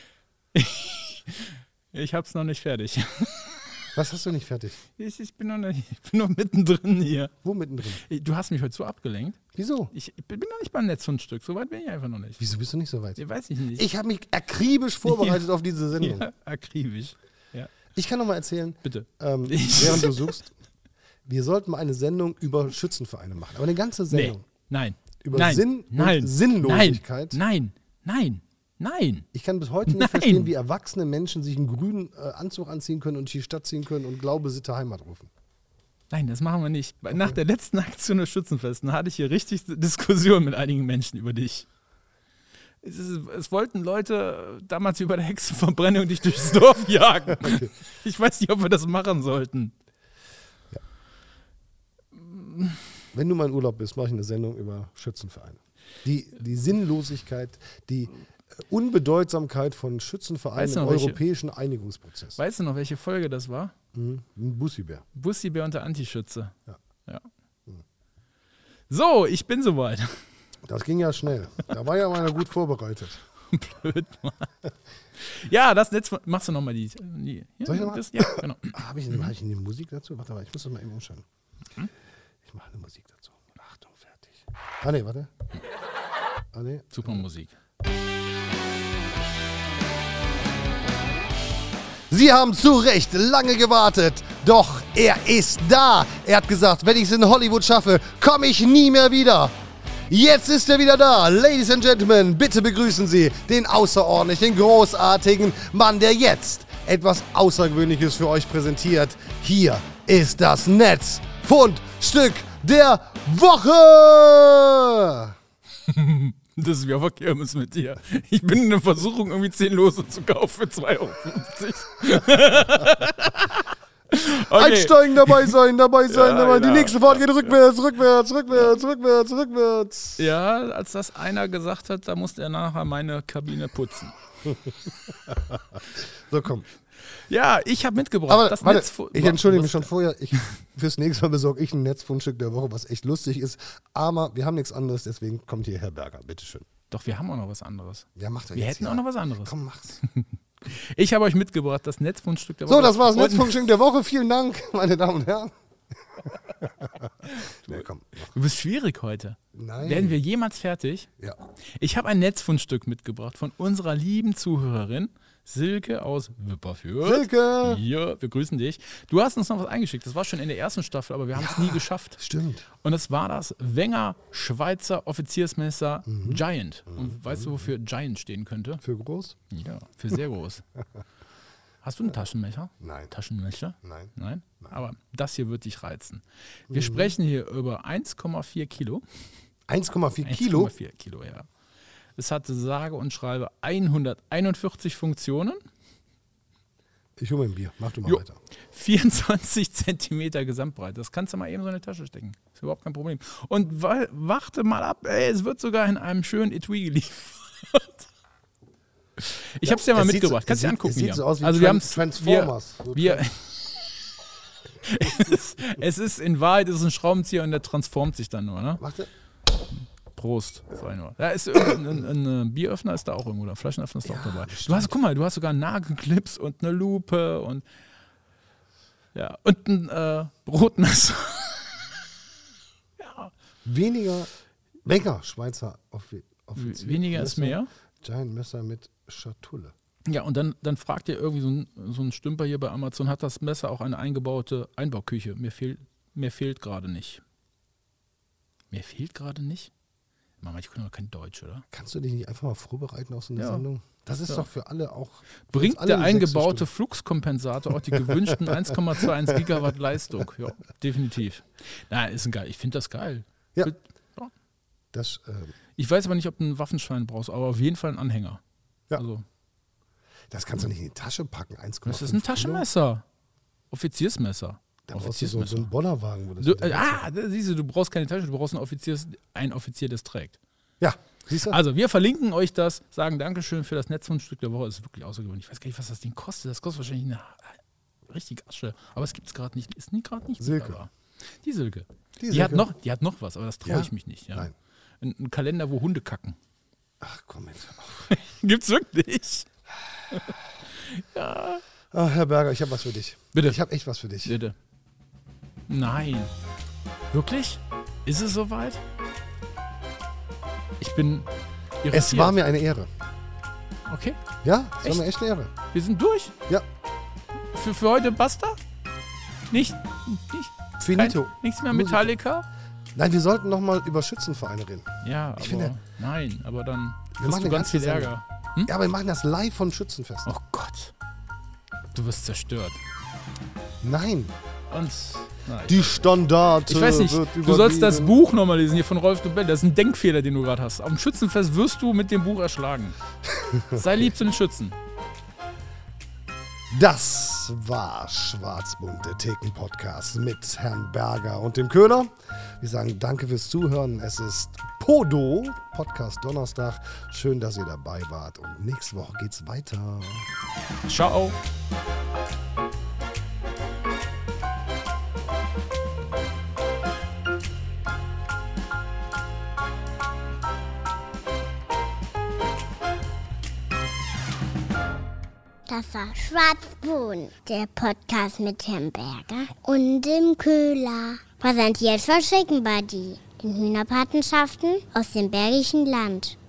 Ich hab's noch nicht fertig. Was hast du nicht fertig? Ich, ich, bin, noch nicht, ich bin noch mittendrin hier. Wo mittendrin? Du hast mich heute so abgelenkt. Wieso? Ich bin noch nicht beim Netzfundstück. So weit bin ich einfach noch nicht. Wieso bist du nicht so weit? Ich weiß ich nicht. Ich habe mich akribisch vorbereitet Ja. auf diese Sendung. Ja, akribisch. Ja, Ich kann noch mal erzählen, bitte. ähm, Ich- während du suchst, wir sollten mal eine Sendung über Schützenvereine machen. Aber eine ganze Nee. Sendung. Nein. Über nein. Sinn und nein. Sinnlosigkeit. Nein. Nein. Nein. Nein. Ich kann bis heute nicht Nein. verstehen, wie erwachsene Menschen sich einen grünen äh, Anzug anziehen können und durch die Stadt ziehen können und Glaube, Sitte, Heimat rufen. Nein, das machen wir nicht. Weil Nach der letzten Aktion des Schützenfesten hatte ich hier richtig Diskussionen mit einigen Menschen über dich. Es, ist, es wollten Leute damals über der Hexenverbrennung dich durchs Dorf jagen. Ich weiß nicht, ob wir das machen sollten. Wenn du mal in Urlaub bist, mache ich eine Sendung über Schützenvereine. Die, die Sinnlosigkeit, die äh, Unbedeutsamkeit von Schützenvereinen Weißt du im noch, welche- europäischen Einigungsprozess. Weißt du noch, welche Folge das war? Mhm. Ein Bussibär. Bussibär und der Antischütze. Ja. Ja. So, ich bin soweit. Das ging ja schnell. Da war ja einer gut vorbereitet. Blöd, Mann. Ja, das Netz. Machst du nochmal die. die ja, Soll ich noch mal? das, ja, genau. Ah, Habe ich, hab ich eine Musik dazu? Warte mal, ich muss das mal eben umstellen. Hm? Ich mache eine Musik dazu. Achtung, fertig. Ah, nee, warte. Ah, nee. Super Musik. Sie haben zu Recht lange gewartet, doch er ist da. Er hat gesagt, wenn ich es in Hollywood schaffe, komme ich nie mehr wieder. Jetzt ist er wieder da. Ladies and Gentlemen, bitte begrüßen Sie den außerordentlichen, großartigen Mann, der jetzt etwas Außergewöhnliches für euch präsentiert. Hier ist das Netzfundstück der Woche. Das ist wie auf der Kirmes mit dir. Ich bin in der Versuchung, irgendwie zehn Lose zu kaufen für zwei Euro fünfzig. Okay. Einsteigen, dabei sein, dabei sein, Ja, dabei. Die genau. nächste Fahrt geht rückwärts, rückwärts, rückwärts, rückwärts, rückwärts. Ja, als das einer gesagt hat, da musste er nachher meine Kabine putzen. So, komm. Ja, ich habe mitgebracht. Aber das warte, Netzfu- ich entschuldige mich Was- schon vorher. Ich, fürs nächste Mal besorge ich ein Netzfundstück der Woche, was echt lustig ist. Aber wir haben nichts anderes, deswegen kommt hier Herr Berger. Bitteschön. Doch, wir haben auch noch was anderes. Ja, macht er Wir jetzt hätten ja. auch noch was anderes. Komm, mach's. Ich habe euch mitgebracht, das Netzfundstück der Woche. So, das war das Und- Netzfundstück der Woche. Vielen Dank, meine Damen und Herren. Nee, komm. Du bist schwierig heute. Nein. Werden wir jemals fertig? Ja. Ich habe ein Netzfundstück mitgebracht von unserer lieben Zuhörerin Silke aus Wipperfürth. Silke! Ja, wir grüßen dich. Du hast uns noch was eingeschickt. Das war schon in der ersten Staffel, aber wir haben es nie geschafft. Stimmt. Und es war das Wenger Schweizer Offiziersmesser Mhm. Giant. Und weißt du, wofür Giant stehen könnte? Für groß? Ja, für sehr groß. Hast du ein Taschenmesser? Nein. Taschenmesser? Nein. Nein? Aber das hier wird dich reizen. Wir sprechen hier über eins Komma vier Kilo. eins Komma vier Kilo? eins Komma vier Kilo, ja. Es hatte sage und schreibe hunderteinundvierzig Funktionen, Ich hole mir ein Bier. Mach du mal Jo. weiter. vierundzwanzig Zentimeter Gesamtbreite. Das kannst du mal eben so in die Tasche stecken. Ist überhaupt kein Problem. Und wa warte mal ab, ey, es wird sogar in einem schönen Etui geliefert. Ich habe es dir mal Es sieht mitgebracht. so- Kannst es du dir sieht- angucken es sieht hier. so aus wie also wir Tran- haben's- Transformers. So Wir, wir es, ist, es ist in Wahrheit ist es ein Schraubenzieher und der transformt sich dann nur. Ne? Warte. Prost, sag ich nur. Da ist ein, ein, ein, ein Bieröffner ist da auch irgendwo, der Flaschenöffner ist da auch dabei. Du hast, guck mal, du hast sogar Nagelclips und eine Lupe und ja und ein äh, Brotmesser. Ja, Weniger Wenger, Schweizer Offi Offizier. Weniger ist mehr. Giant Messer mit Schatulle. Ja, und dann, dann fragt ihr irgendwie so ein, so ein Stümper hier bei Amazon, hat das Messer auch eine eingebaute Einbauküche? Mir, fehl, mir fehlt gerade nicht. Mir fehlt gerade nicht? Mama, ich kann doch kein Deutsch, oder? Kannst du dich nicht einfach mal vorbereiten auf so eine Ja. Sendung? Das ist Ja. doch für alle auch... Bringt alle der eine eingebaute sechste Fluxkompensator auch die gewünschten eins Komma einundzwanzig Gigawatt Leistung? Ja, definitiv. Na, ist ein geil. Ich finde das geil. Ja. Ja. Das, äh, Ich weiß aber nicht, ob du einen Waffenschein brauchst, aber auf jeden Fall einen Anhänger. Ja. Also, das kannst du nicht in die Tasche packen. eins Komma fünf das ist ein Kilo. Taschenmesser. Offiziersmesser. Da brauchst du so, so Offiziersmesser. einen Bollerwagen. Wo das Du, wieder äh, reinzieht. ah, da siehst du, du brauchst keine Tasche, du brauchst einen Offiziers, ein Offizier, der es trägt. Ja, siehst du? Also, wir verlinken euch das, sagen Dankeschön für das Netzfundstück der Woche. Das ist wirklich außergewöhnlich. Ich weiß gar nicht, was das Ding kostet. Das kostet wahrscheinlich eine richtig Asche. Aber es gibt es gerade nicht. Ist nie gerade nicht. Silke. Aber die Silke. Die Die, hat Silke. noch, die hat noch was, aber das traue Ja? ich mich nicht. Ja. Nein. Ein, ein Kalender, wo Hunde kacken. Ach komm jetzt. auf. Gibt's wirklich? Ach, Herr Berger, ich habe was für dich. Bitte. Ich habe echt was für dich. Bitte. Nein. Wirklich? Ist es soweit? Ich bin irritiert. Es war mir eine Ehre. Okay, Ja, es Echt? war mir echt eine Ehre. wir sind durch. Ja, Für, für heute basta? Nicht? Nicht? finito. Kein, nichts mehr Musik. Metallica? Nein, wir sollten noch mal über Schützenvereine reden. Ja, aber Ich finde- nein, aber dann Wir wirst machen du eine ganz viel ganze Ärger. Ja, aber wir machen das live von Schützenfest. Oh Gott. Du wirst zerstört. Nein, Und na, ich, die Standarte ich weiß nicht, wird du sollst das übergeben. Buch nochmal lesen hier von Rolf Dubell. Das ist ein Denkfehler, den du gerade hast. Auf dem Schützenfest wirst du mit dem Buch erschlagen. Sei lieb zu den Schützen. Das war Schwarzbund, der Theken-Podcast mit Herrn Berger und dem Köhler. Wir sagen danke fürs Zuhören. Es ist Podo, Podcast Donnerstag. Schön, dass ihr dabei wart. Und nächste Woche geht's weiter. Ciao. Das war Schwarzbohnen, der Podcast mit Herrn Berger und dem Köhler. Präsentiert von Chicken Buddy, den Hühnerpatenschaften aus dem Bergischen Land.